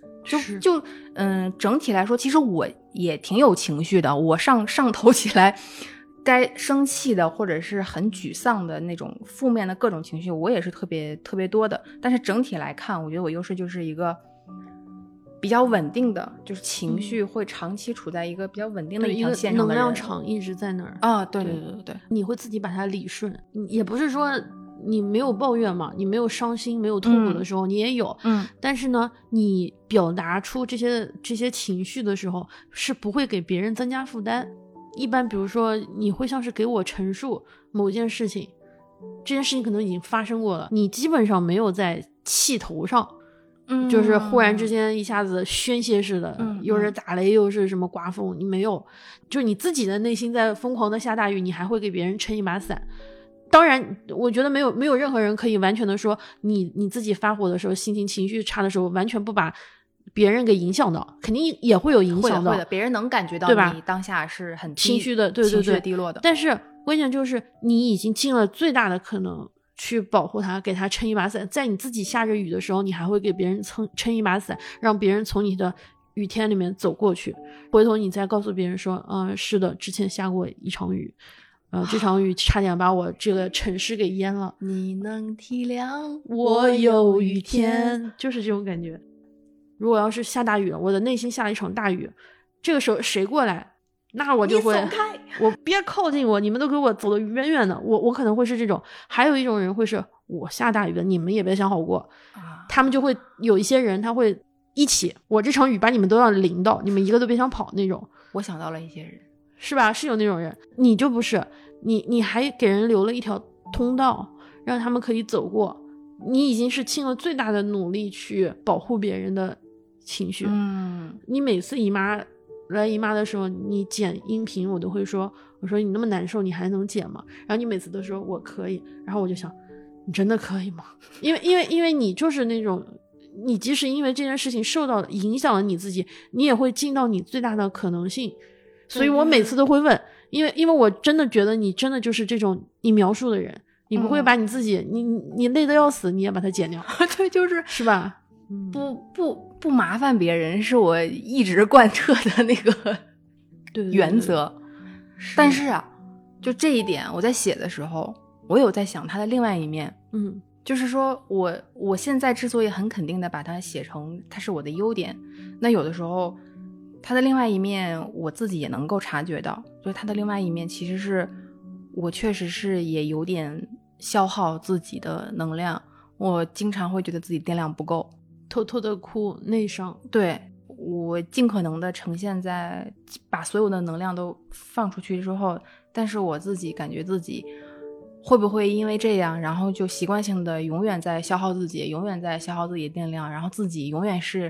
整体来说，其实我也挺有情绪的。我上头起来，该生气的或者是很沮丧的那种负面的各种情绪，我也是特别特别多的。但是整体来看，我觉得我优势就是一个比较稳定的，就是情绪会长期处在一个比较稳定的一条线上的人， 能量场一直在那儿啊。对， 你会自己把它理顺，也不是说你没有抱怨嘛，你没有伤心没有痛苦的时候，你也有，但是呢，你表达出这些情绪的时候，是不会给别人增加负担。一般比如说你会像是给我陈述某件事情，这件事情可能已经发生过了，你基本上没有在气头上，就是忽然之间一下子宣泄似的，又是打雷又是什么刮风，你没有，就你自己的内心在疯狂的下大雨，你还会给别人撑一把伞。当然我觉得没有任何人可以完全的说你自己发火的时候，情绪差的时候完全不把别人给影响到，肯定也会有影响到， 会的，别人能感觉到你当下是很情绪的，对情绪低落的。 但是关键就是你已经尽了最大的可能去保护他，给他撑一把伞，在你自己下着雨的时候，你还会给别人撑一把伞，让别人从你的雨天里面走过去，回头你再告诉别人说是的，之前下过一场雨，这场雨差点把我这个城市给淹了， 你能体谅我有雨天，就是这种感觉。如果要是下大雨了，我的内心下了一场大雨，这个时候谁过来，那我就会，我别靠近我，你们都给我走得远远的，我可能会是这种。还有一种人会是我下大雨了，你们也别想好过，他们就会有一些人他会一起，我这场雨把你们都要淋到，你们一个都别想跑那种。 我想到了一些人， 是吧？是有那种人，你就不是，你还给人留了一条通道，让他们可以走过，你已经是尽了最大的努力去保护别人的情绪。你每次来姨妈的时候，你剪音频我都会说，我说你那么难受你还能剪吗？然后你每次都说我可以，然后我就想你真的可以吗？因为你就是那种，你即使因为这件事情影响了你自己，你也会尽到你最大的可能性。所以我每次都会问，因为我真的觉得你真的就是这种你描述的人，你不会把你自己你累得要死你也把它剪掉。 对，是吧？ 不麻烦别人是我一直贯彻的那个原则。对，但是啊，就这一点我在写的时候我有在想它的另外一面。就是说我现在之所以很肯定的把它写成它是我的优点，那有的时候它的另外一面我自己也能够察觉到，所以它的另外一面其实是我确实是也有点消耗自己的能量，我经常会觉得自己电量不够， 偷偷的哭内伤。 对，我尽可能的呈现在把所有的能量都放出去之后，但是我自己感觉自己会不会因为这样然后就习惯性的永远在消耗自己，永远在消耗自己的电量，然后自己永远是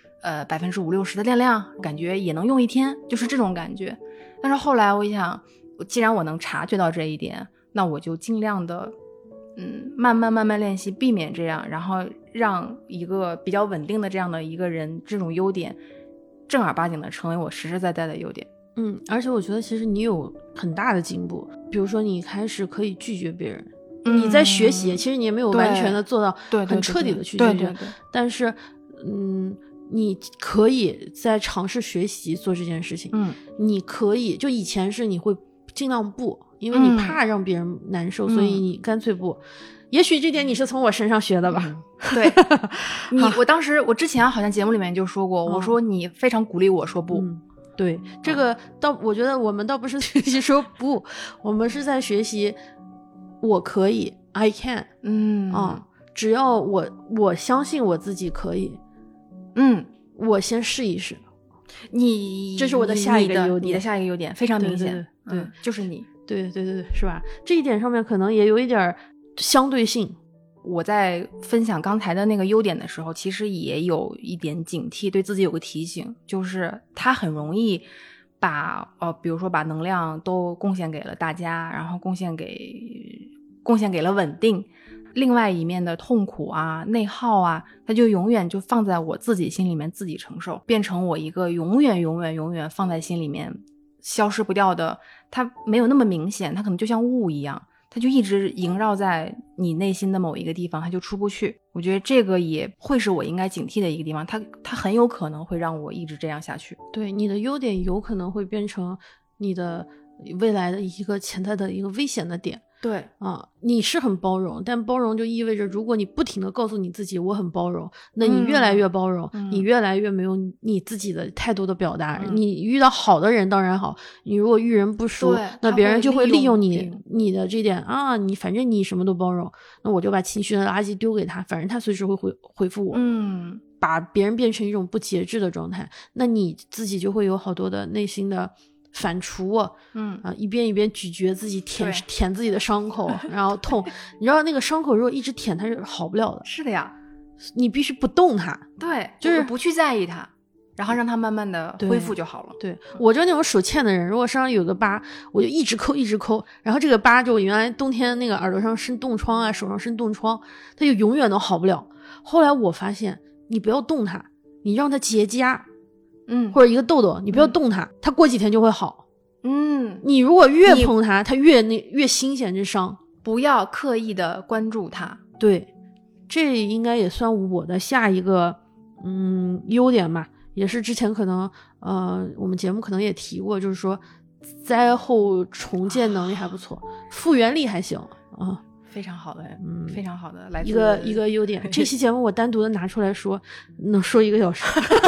50-60%的电量，感觉也能用一天，就是这种感觉。但是后来我一想，既然我能察觉到这一点，那我就尽量的慢慢练习，避免这样，然后让一个比较稳定的这样的一个人，这种优点正儿八经的成为我实实在在的优点。 而且我觉得其实你有很大的进步，比如说你开始可以拒绝别人，你在学习其实你也没有完全的做到很彻底的去拒绝， 对， 但是你可以在尝试学习做这件事情。你可以，就以前是你会尽量不，因为你怕让别人难受，所以你干脆不。也许这点你是从我身上学的吧。 对，我之前好像节目里面就说过，我说你非常鼓励我说不。 对，这个我觉得我们倒不是学习说不，我们是在学习我可以 I can。只要我相信我自己可以。我先试一试。这是我的下一个优点， 你的下一个优点非常明显。 对， 就是你。 对，是吧？这一点上面可能也有一点相对性。 我在分享刚才的那个优点的时候，其实也有一点警惕，对自己有个提醒，就是它很容易把比如说把能量都贡献给了大家，然后贡献给了稳定，另外一面的痛苦啊、内耗啊，它就永远就放在我自己心里面自己承受，变成我一个永远放在心里面消失不掉的，它没有那么明显，它可能就像雾一样，它就一直萦绕在你内心的某一个地方，它就出不去。我觉得这个也会是我应该警惕的一个地方，它很有可能会让我一直这样下去。 对，你的优点有可能会变成你的未来的一个潜在的一个危险的点。 对啊，你是很包容，但包容就意味着，如果你不停的告诉你自己我很包容，那你越来越包容，你越来越没有你自己的太多的表达。你遇到好的人当然好，你如果遇人不淑，那别人就会利用你的这点啊，你反正你什么都包容，那我就把情绪的垃圾丢给他，反正他随时会回复我。把别人变成一种不节制的状态，那你自己就会有好多的内心的反刍，一遍一遍咀嚼自己，舔自己的伤口，然后痛。你知道那个伤口如果一直舔它是好不了的。 是的呀， 你必须不动它。 对， 就是不去在意它，然后让它慢慢的恢复就好了。 对，我就那种手欠的人，如果身上有个疤，我就一直抠，然后这个疤就原来冬天那个耳朵上生冻疮啊，手上生冻疮，它就永远都好不了。后来我发现，你不要动它，你让它结痂。或者一个痘痘，你不要动它，它过几天就会好。你如果越碰它，它越新鲜这伤。 不要刻意的关注它。 对，这应该也算我的下一个优点吧，也是之前可能我们节目可能也提过，就是说灾后重建能力还不错，复原力还行啊。 非常好的，非常好的，来自一个优点。这期节目我单独的拿出来说，能说1个小时。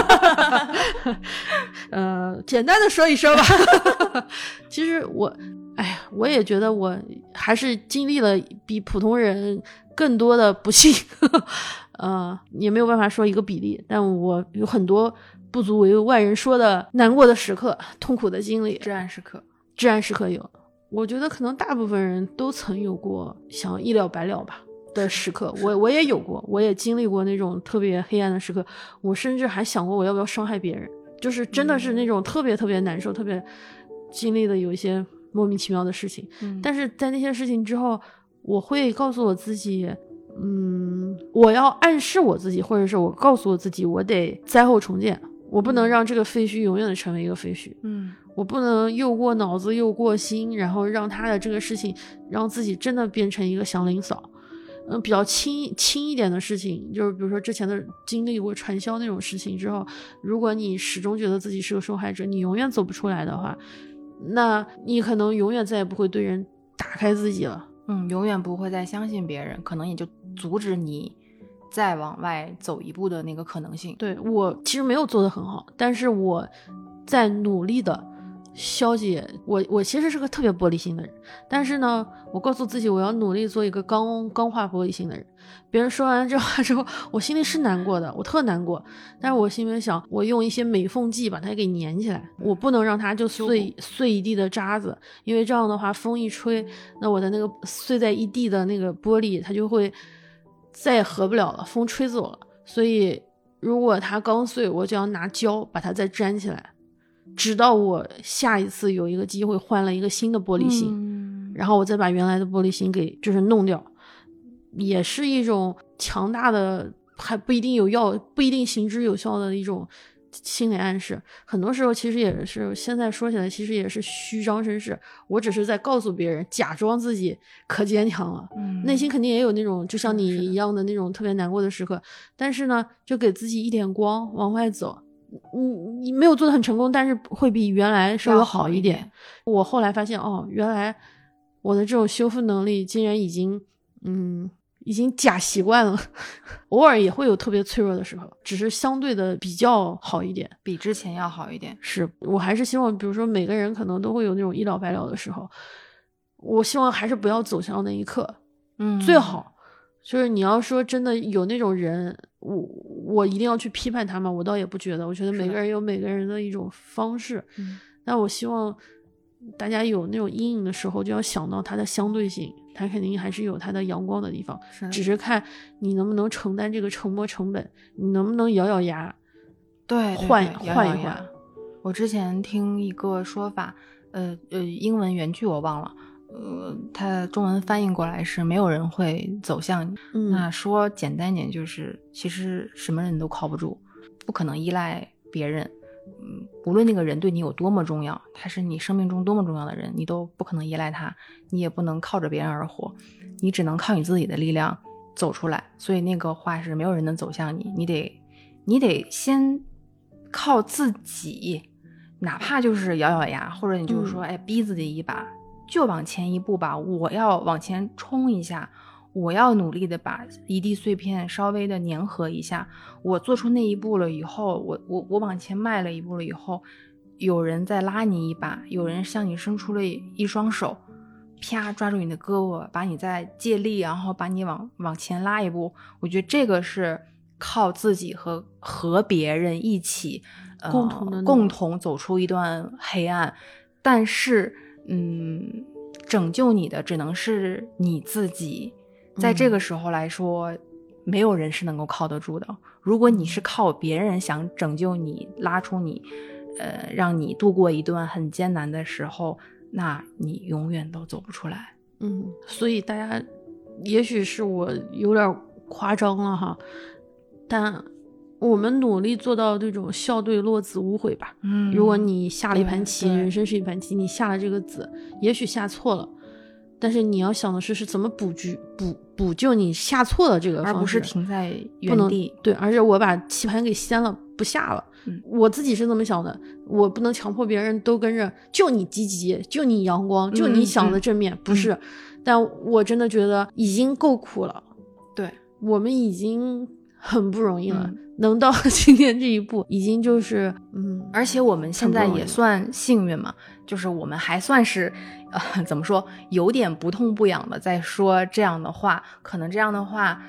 简单的说一说吧。其实我也觉得我还是经历了比普通人更多的不幸。也没有办法说一个比例，但我有很多不足为外人说的难过的时刻，痛苦的经历， 至暗时刻有。我觉得可能大部分人都曾有过想一了百了吧的时刻，我也有过，我也经历过那种特别黑暗的时刻，我甚至还想过我要不要伤害别人，就是真的是那种特别特别难受，特别经历的有一些莫名其妙的事情。但是在那些事情之后，我会告诉我自己，我要暗示我自己，或者是我告诉我自己，我得灾后重建，我不能让这个废墟永远的成为一个废墟。我不能又过脑子又过心，然后让他的这个事情让自己真的变成一个祥林嫂。比较轻一点的事情，就是比如说之前的经历过传销那种事情之后，如果你始终觉得自己是个受害者，你永远走不出来的话，那你可能永远再也不会对人打开自己了。 永远不会再相信别人，可能也就阻止你再往外走一步的那个可能性。 对，我其实没有做得很好，但是我在努力的消解。我其实是个特别玻璃心的人，但是呢，我告诉自己我要努力做一个钢化玻璃心的人。别人说完这话之后，我心里是难过的，我特难过，但是我心里想，我用一些美缝剂把它给粘起来，我不能让它就碎一地的渣子，因为这样的话风一吹，那我的那个碎在一地的那个玻璃它就会再也合不了了，风吹走了。所以如果它刚碎，我就要拿胶把它再粘起来，直到我下一次有一个机会换了一个新的玻璃心，然后我再把原来的玻璃心给就是弄掉，也是一种强大的，还不一定有效，不一定行之有效的一种心理暗示。很多时候其实也是，现在说起来其实也是虚张声势，我只是在告诉别人，假装自己可坚强了，内心肯定也有那种就像你一样的那种特别难过的时刻，但是呢就给自己一点光往外走。你没有做得很成功，但是会比原来稍微好一点。我后来发现，原来我的这种修复能力竟然已经假习惯了。偶尔也会有特别脆弱的时候，只是相对的比较好一点， 比之前要好一点。 是，我还是希望，比如说每个人可能都会有那种一了百了的时候，我希望还是不要走向那一刻。最好就是你要说真的有那种人，我一定要去批判他吗？我倒也不觉得，我觉得每个人有每个人的一种方式。但我希望大家有那种阴影的时候，就要想到它的相对性，它肯定还是有它的阳光的地方，只是看你能不能承担这个沉没成本，你能不能咬咬牙， 对， 换一换。 我之前听一个说法，英文原句我忘了，它中文翻译过来是没有人会走向你。那说简单点就是，其实什么人都靠不住，不可能依赖别人。无论那个人对你有多么重要，他是你生命中多么重要的人，你都不可能依赖他，你也不能靠着别人而活，你只能靠你自己的力量走出来。所以那个话是没有人能走向你，你得先靠自己，哪怕就是咬咬牙，或者你就是说，逼自己一把，就往前一步吧，我要往前冲一下，我要努力的把一地碎片稍微的粘合一下。我做出那一步了以后，我往前迈了一步了以后，有人在拉你一把，有人向你伸出了一双手，啪抓住你的胳膊，把你再借力，然后把你往前拉一步。我觉得这个是靠自己和别人一起共同走出一段黑暗。但是拯救你的只能是你自己。在这个时候来说，没有人是能够靠得住的。如果你是靠别人想拯救你，拉出你让你度过一段很艰难的时候，那你永远都走不出来。 所以大家也许是我有点夸张了哈，但我们努力做到这种笑对落子无悔吧。如果你下了一盘棋，人生是一盘棋，你下了这个子，也许下错了，但是你要想的是怎么补救你下错的这个方式， 而不是停在原地。 对，而且我把棋盘给掀了，不下了。我自己是这么想的，我不能强迫别人都跟着就你积极，就你阳光，就你想的正面，不是。但我真的觉得已经够苦了， 对， 我们已经很不容易了，能到今天这一步已经就是而且我们现在也算幸运嘛，就是我们还算是怎么说，有点不痛不痒的在说这样的话。可能这样的话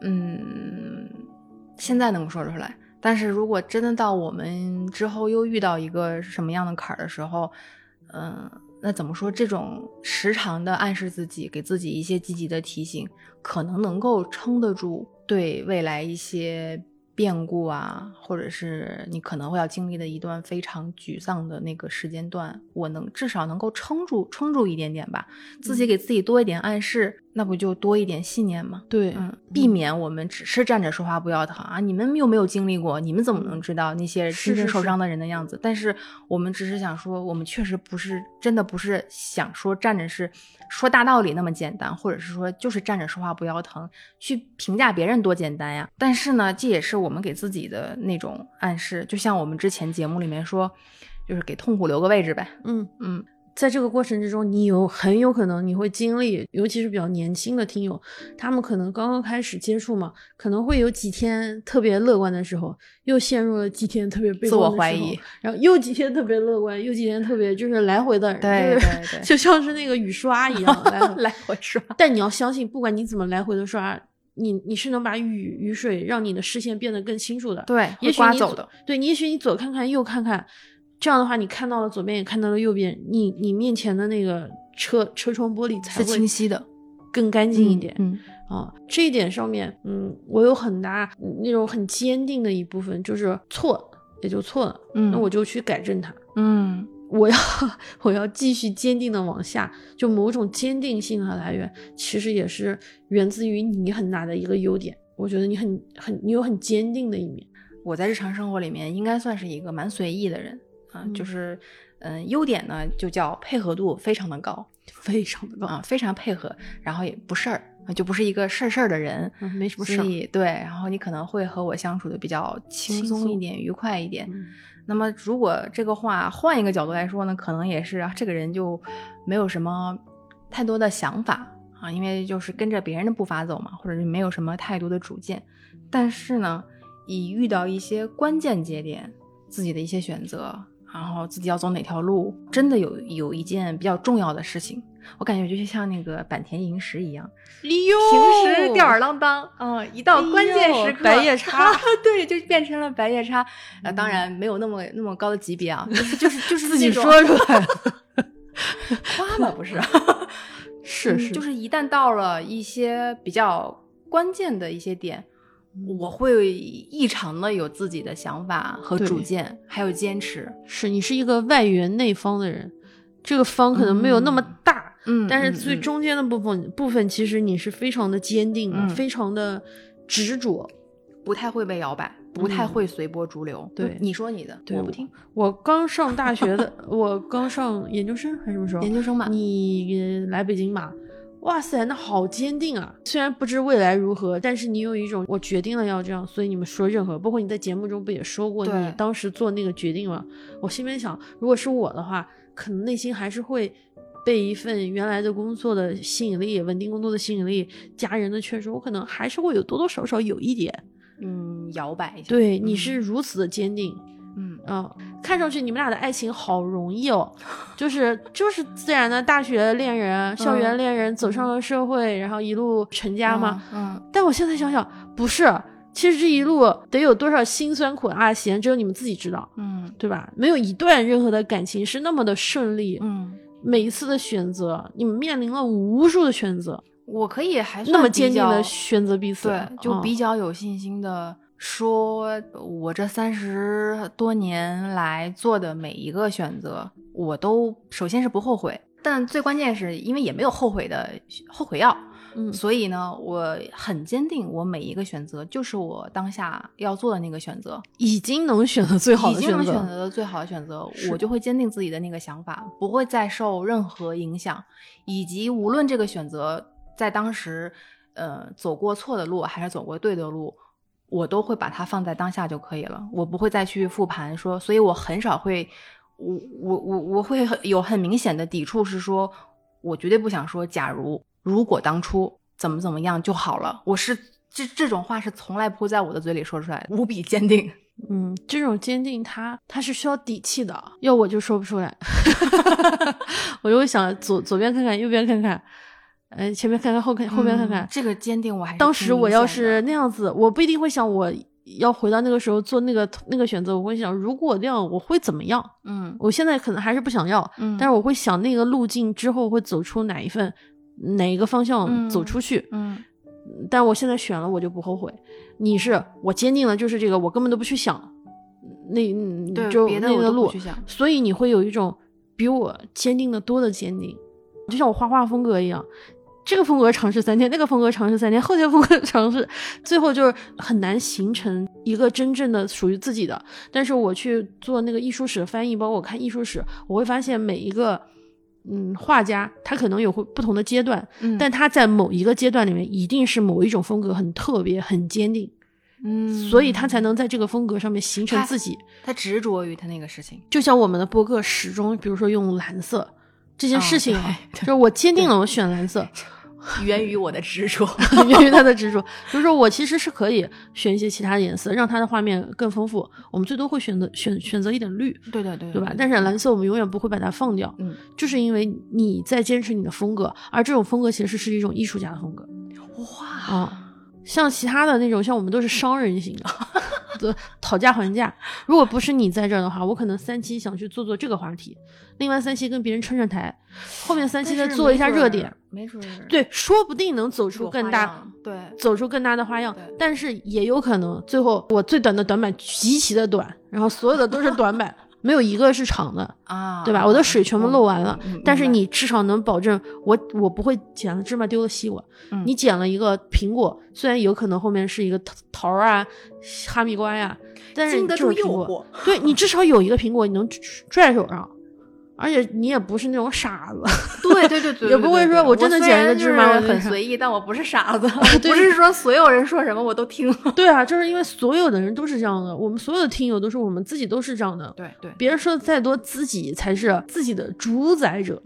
现在能说出来，但是如果真的到我们之后又遇到一个什么样的坎儿的时候，那怎么说，这种时常的暗示自己，给自己一些积极的提醒，可能能够撑得住对未来一些变故啊，或者是你可能会要经历的一段非常沮丧的那个时间段，我至少能够撑住一点点吧，自己给自己多一点暗示，那不就多一点信念吗？ 对， 避免我们只是站着说话不腰疼啊！你们又没有经历过，你们怎么能知道那些真正受伤的人的样子？但是我们只是想说，我们确实真的不是想说站着是说大道理那么简单，或者是说就是站着说话不腰疼，去评价别人多简单呀。但是呢，这也是我们给自己的那种暗示，就像我们之前节目里面说，就是给痛苦留个位置呗。 在这个过程之中，很有可能你会经历，尤其是比较年轻的听友，他们可能刚刚开始接触嘛，可能会有几天特别乐观的时候，又陷入了几天特别悲观的时候， 自我怀疑， 然后又几天特别乐观，又几天特别就是来回的， 对， 就像是那个雨刷一样来回刷。 但你要相信，不管你怎么来回的刷，你是能把雨水让你的视线变得更清楚的。 对， 也许刮走的。 对，也许你左看看右看看，这样的话，你看到了左边也看到了右边，你面前的那个车窗玻璃才会是清晰的， 更干净一点。这一点上面，我有很大那种很坚定的一部分，就是错也就错了，那我就去改正它。我要继续坚定的往下，就某种坚定性的来源，其实也是源自于你很大的一个优点。我觉得你你有很坚定的一面。 我在日常生活里面应该算是一个蛮随意的人。就是优点呢就叫配合度非常的高， 非常的高非常配合，然后也不事儿，就不是一个事儿的人， 没什么事儿。 对，然后你可能会和我相处的比较轻松一点，愉快一点。那么如果这个话换一个角度来说呢，可能也是这个人就没有什么太多的想法因为就是跟着别人的步伐走嘛，或者是没有什么太多的主见。但是呢，一遇到一些关键节点，自己的一些选择，然后自己要走哪条路，真的有一件比较重要的事情，我感觉就像那个坂田银时一样，平时吊儿郎当一到关键时刻白夜叉对，就变成了白夜叉。当然没有那么高的级别就是自己说出来夸嘛不是是就是一旦到了一些比较关键的一些点， 我会异常的有自己的想法和主见，还有坚持。 是你是一个外圆内方的人，这个方可能没有那么大，但是最中间的部分其实你是非常的坚定的，非常的执着， 不太会被摇摆，不太会随波逐流。 对， 你说你的，我不听。 我刚上大学的，我刚上研究生还是什么时候？ 研究生嘛。 你来北京嘛？哇塞，那好坚定啊！虽然不知未来如何，但是你有一种我决定了要这样，所以你们说任何，包括你在节目中不也说过你当时做那个决定吗？我心里面想，如果是我的话，可能内心还是会被一份原来的工作的吸引力、稳定工作的吸引力、家人的劝说，我可能还是会有多多少少有一点摇摆一下。 对，你是如此的坚定。看上去你们俩的爱情好容易哦，就是自然的大学恋人、校园恋人，走上了社会，然后一路成家嘛。但我现在想想，不是，其实这一路得有多少辛酸苦辣咸，只有你们自己知道。对吧？没有一段任何的感情是那么的顺利。每一次的选择，你们面临了无数的选择。 我可以还算那么坚定的选择彼此， 对，就比较有信心的。说我这30多年来做的每一个选择，我都首先是不后悔，但最关键是因为也没有后悔药，所以呢，我很坚定，我每一个选择就是我当下要做的那个选择， 已经能选择最好的选择， 已经能选择的最好的选择，我就会坚定自己的那个想法，不会再受任何影响，以及无论这个选择在当时走过错的路还是走过对的路，我都会把它放在当下就可以了，我不会再去复盘说，所以我很少会，我会有很明显的抵触，是说我绝对不想说如果当初怎么样就好了，我是这种话是从来不会在我的嘴里说出来的，无比坚定。 这种坚定它是需要底气的，要我就说不出来。我就会想左边看看，右边看看。前面看看后边看看， 这个坚定我还是当时我要是那样子，我不一定会想我要回到那个时候做那个选择，我会想如果那样我会怎么样。我现在可能还是不想要，但是我会想那个路径之后会走出哪一个方向走出去。但我现在选了，我就不后悔。你是我坚定了，就是这个，我根本都不去想就别的那个路， 不去想， 所以你会有一种比我坚定的多的坚定，就像我画画风格一样。这个风格尝试3天，那个风格尝试3天，后天风格尝试，最后就是很难形成一个真正的属于自己的。但是我去做那个艺术史翻译，包括我看艺术史，我会发现每一个画家他可能有不同的阶段，但他在某一个阶段里面一定是某一种风格很特别很坚定，所以他才能在这个风格上面形成自己。 他执着于他那个事情， 就像我们的播客始终比如说用蓝色这件事情就是我坚定了我选蓝色， 源于我的执着， 源于他的执着。就是说我其实是可以选一些其他的颜色，让它的画面更丰富。我们最多会选择一点绿， 对吧？但是蓝色我们永远不会把它放掉，就是因为你在坚持你的风格，而这种风格其实是一种艺术家的风格。哇像其他的那种，像我们都是商人型的讨价还价。如果不是你在这儿的话，我可能3期想去做这个话题，另外3期跟别人串台，后面3期再做一下热点， 没准对，说不定能走出更大的花样。但是也有可能最后我最短的短板极其的短，然后所有的都是短板没有一个是长的对吧？我的水全部漏完了，但是你至少能保证我不会捡了芝麻丢了西瓜。你捡了一个苹果，虽然有可能后面是一个桃啊哈密瓜呀，但是就是苹果，对，你至少有一个苹果你能拽手上，而且你也不是那种傻子， 对， 也不会说我真的捡一个芝麻我很随意，但我不是傻子，不是说所有人说什么我都听。 对啊，就是因为所有的人都是这样的，我们所有的听友都是我们自己都是这样的。 对， 别人说的再多，自己才是自己的主宰者。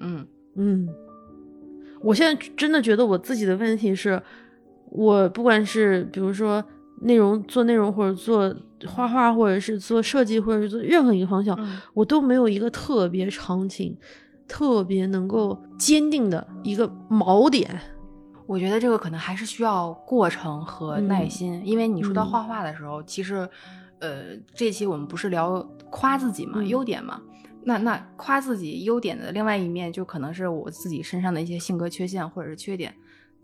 我现在真的觉得我自己的问题是，我不管是比如说做内容或者做画画或者是做设计或者是做任何一个方向，我都没有一个特别长情特别能够坚定的一个锚点。 我觉得这个可能还是需要过程和耐心，因为你说到画画的时候，其实这期我们不是聊夸自己嘛，优点嘛，那夸自己优点的另外一面就可能是我自己身上的一些性格缺陷或者是缺点，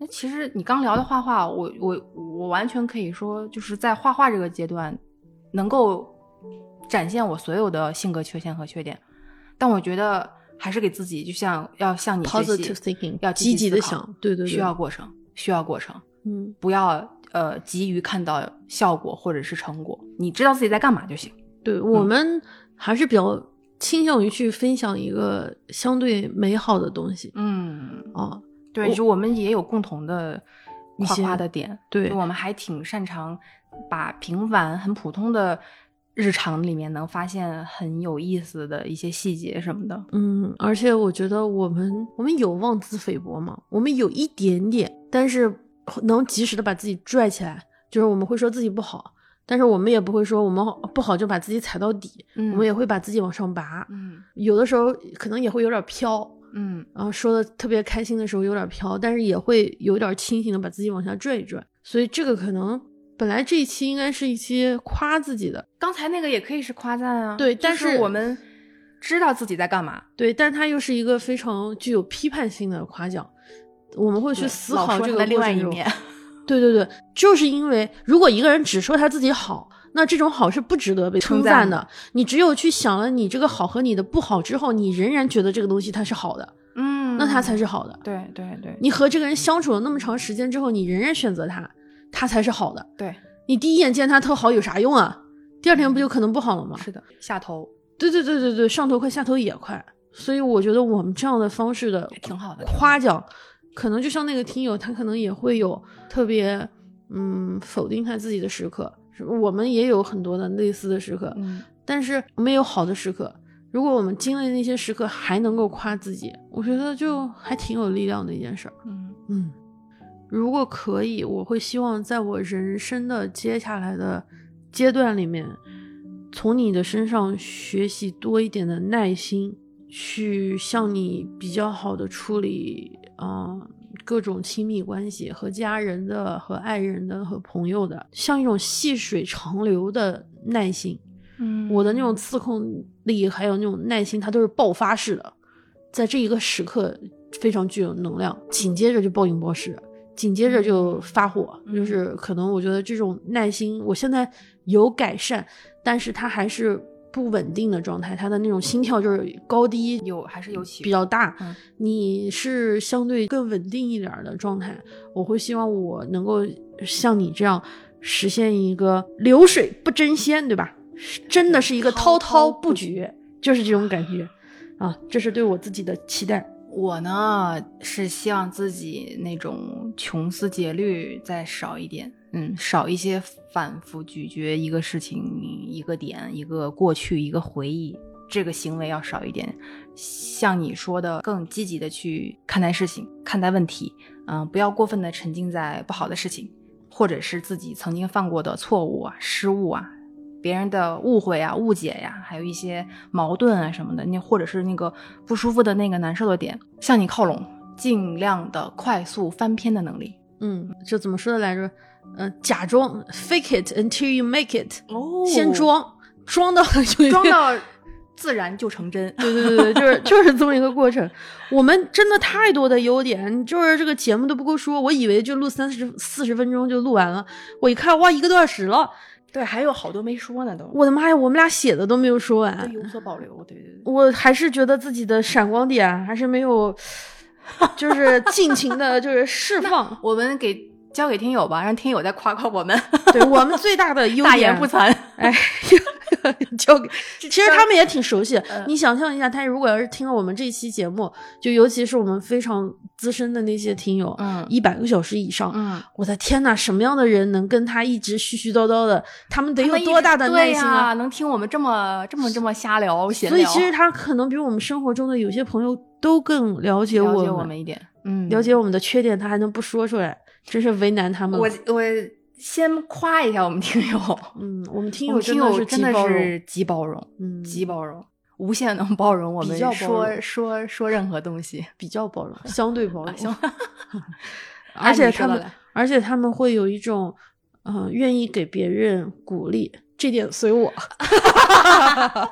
那其实你刚聊的画画，我完全可以说，就是在画画这个阶段，能够展现我所有的性格缺陷和缺点。但我觉得还是给自己，就像要像你学习 positive thinking， 要积极的想，对对对， 需要过程， 嗯， 不要急于看到效果或者是成果，你知道自己在干嘛就行。 对，我们还是比较倾向于去分享一个相对美好的东西。 对，就我们也有共同的夸夸的点， 对， 就我们还挺擅长把平凡很普通的日常里面能发现很有意思的一些细节什么的。 而且我觉得我们有妄自菲薄吗？我们有一点点，但是能及时的把自己拽起来，就是我们会说自己不好，但是我们也不会说我们不好就把自己踩到底，我们也会把自己往上拔，有的时候可能也会有点飘，然后说的特别开心的时候有点飘，但是也会有点清醒的把自己往下拽一拽。所以这个可能本来这一期应该是一期夸自己的， 刚才那个也可以是夸赞啊， 对，但是我们知道自己在干嘛， 对，但它又是一个非常具有批判性的夸奖，我们会去思考这个另外一面。 对对对，就是因为如果一个人只说他自己好，那这种好是不值得被称赞的。你只有去想了你这个好和你的不好之后，你仍然觉得这个东西它是好的，那它才是好的。 对对对， 你和这个人相处了那么长时间之后，你仍然选择他，他才是好的。 对， 你第一眼见他特好有啥用啊？第二天不就可能不好了吗？ 是的，下头。 对对对对对，上头快下头也快。所以我觉得我们这样的方式的挺好的夸奖，可能就像那个听友，他可能也会有特别否定他自己的时刻，我们也有很多的类似的时刻，但是我们也有好的时刻。如果我们经历那些时刻还能够夸自己，我觉得就还挺有力量的一件事儿。如果可以，我会希望在我人生的接下来的阶段里面，从你的身上学习多一点的耐心，去向你比较好的处理各种亲密关系，和家人的、和爱人的、和朋友的，像一种细水长流的耐心。我的那种自控力还有那种耐心，它都是爆发式的，在这一个时刻非常具有能量，紧接着就暴饮暴食，紧接着就发火，就是可能我觉得这种耐心我现在有改善，但是它还是不稳定的状态，它的那种心跳就是高低还是有起比较大，你是相对更稳定一点的状态。我会希望我能够像你这样实现一个流水不争先，对吧？真的是一个滔滔不绝，就是这种感觉啊，这是对我自己的期待。 我呢是希望自己那种穷思竭虑再少一点，少一些反复咀嚼一个事情、一个点、一个过去、一个回忆，这个行为要少一点。像你说的，更积极的去看待事情、看待问题，不要过分的沉浸在不好的事情，或者是自己曾经犯过的错误啊、失误啊。别人的误会啊、误解呀，还有一些矛盾啊什么的，或者是那个不舒服的那个难受的点，向你靠拢，尽量的快速翻篇的能力。 这怎么说的来着？假装 fake it until you make it，先装到自然就成真。 对对对，就是这么一个过程。我们真的太多的优点，就是这个节目都不够说，我以为就录40分钟就录完了，我一看哇1个多小时了。 对，还有好多没说呢都。 我的妈呀，我们俩写的都没有说完， 都有所保留。对对对， 我还是觉得自己的闪光点还是没有，就是尽情的就是释放。 我们交给听友吧，让听友再夸夸我们。 对，我们最大的优点， 大言不惭。 哎，交给，其实他们也挺熟悉。你想象一下，他如果要是听了我们这期节目，就尤其是我们非常资深的那些听友，100个小时以上，我的天哪，什么样的人能跟他一直絮絮叨叨的？他们得有多大的耐心啊？ 能听我们这么瞎聊闲聊。 所以其实他可能比我们生活中的有些朋友都更了解我们一点， 了解我们的缺点，他还能不说出来，真是为难他们。 我先夸一下我们听友， 我们听友真的是极包容，极包容，无限能包容我们说任何东西， 比较包容，相对包容，而且他们会有一种愿意给别人鼓励，这点随我，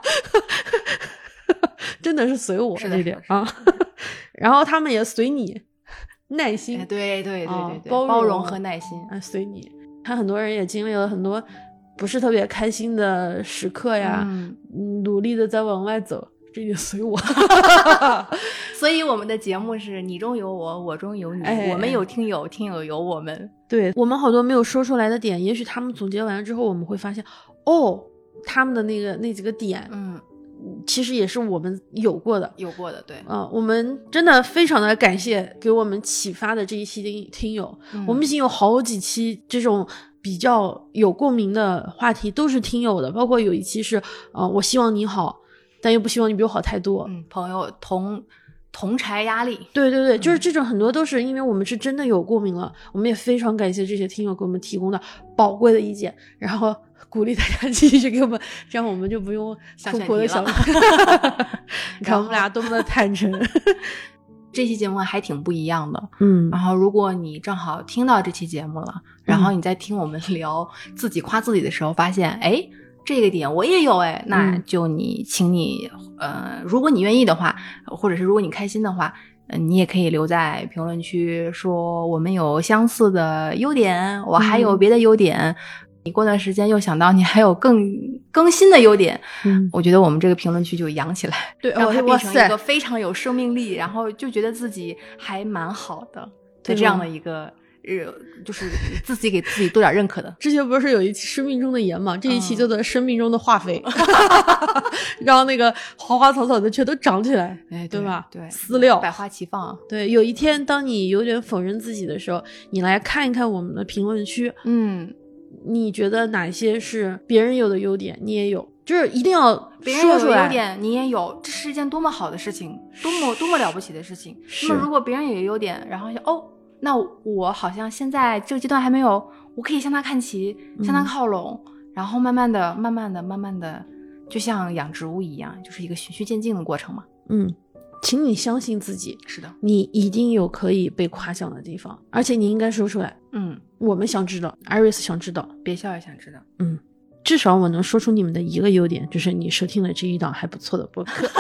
真的是随我这点啊，然后他们也随你。 耐心， 对， 包容和耐心， 随你。看很多人也经历了很多不是特别开心的时刻呀，努力的在往外走，这就随我。 所以我们的节目是你中有我，我中有你，我们有听友，听友有我们。 对，我们好多没有说出来的点，也许他们总结完之后，我们会发现，他们的那几个点，其实也是我们有过的， 对。 我们真的非常的感谢给我们启发的这一期的听友，我们已经有好几期这种比较有共鸣的话题都是听友的，包括有一期是我希望你好，但又不希望你比我好太多。 朋友同柴压力。 对，就是这种很多都是因为我们是真的有共鸣了，我们也非常感谢这些听友给我们提供的宝贵的意见，然后鼓励大家继续给我们，这样我们就不用苦苦的想。你看我们俩多么的坦诚。 这期节目还挺不一样的，然后如果你正好听到这期节目了，然后你在听我们聊自己夸自己的时候，发现这个点我也有那就请你如果你愿意的话，或者是如果你开心的话，你也可以留在评论区说我们有相似的优点，我还有别的优点。你过段时间又想到你还有更新的优点，我觉得我们这个评论区就扬起来， 对， 让它变成一个非常有生命力，然后就觉得自己还蛮好的，在这样的一个就是自己给自己多点认可的。 之前不是有一期生命中的盐嘛，这一期叫做生命中的化肥，让那个花花草草的全都长起来，对吧？ 对， 饲料百花齐放。 对，有一天当你有点否认自己的时候，你来看一看我们的评论区，你觉得哪些是别人有的优点你也有，就是一定要说出来。 别人有优点你也有，这是一件多么好的事情，多么了不起的事情。那么如果别人有优点，然后那我好像现在这个阶段还没有，我可以向他看齐，向他靠拢，然后慢慢的就像养植物一样，就是一个循序渐进的过程嘛。请你相信自己， 是的， 你一定有可以被夸奖的地方，而且你应该说出来。我们想知道，Iris 想知道， 别笑也想知道。 至少我能说出你们的一个优点，就是你收听了这一档还不错的播客。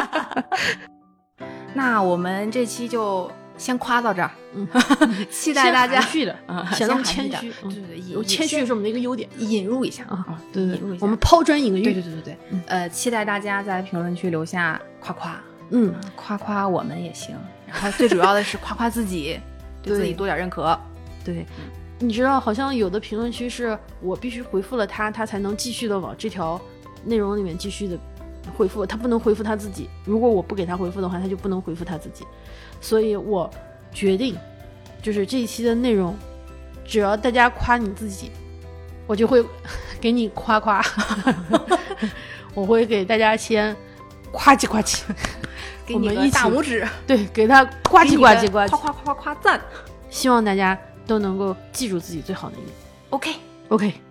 那我们这期就先夸到这儿，期待大家谦虚的，显得我们谦虚， 对， 谦虚是我们的一个优点， 引入一下对， 引入一下， 我们抛砖引玉， 对，期待大家在评论区留下夸夸，夸我们也行，然后最主要的是夸夸自己，对自己多点认可， 对。你知道好像有的评论区是我必须回复了他才能继续的往这条内容里面继续的回复，他不能回复他自己，如果我不给他回复的话，他就不能回复他自己。所以我决定就是这一期的内容只要大家夸你自己，我就会给你夸夸。我会给大家先夸叽夸叽， 给你个大拇指， 对，给他呱唧呱唧呱唧，夸赞。 希望大家都能够记住自己最好的一面。 OK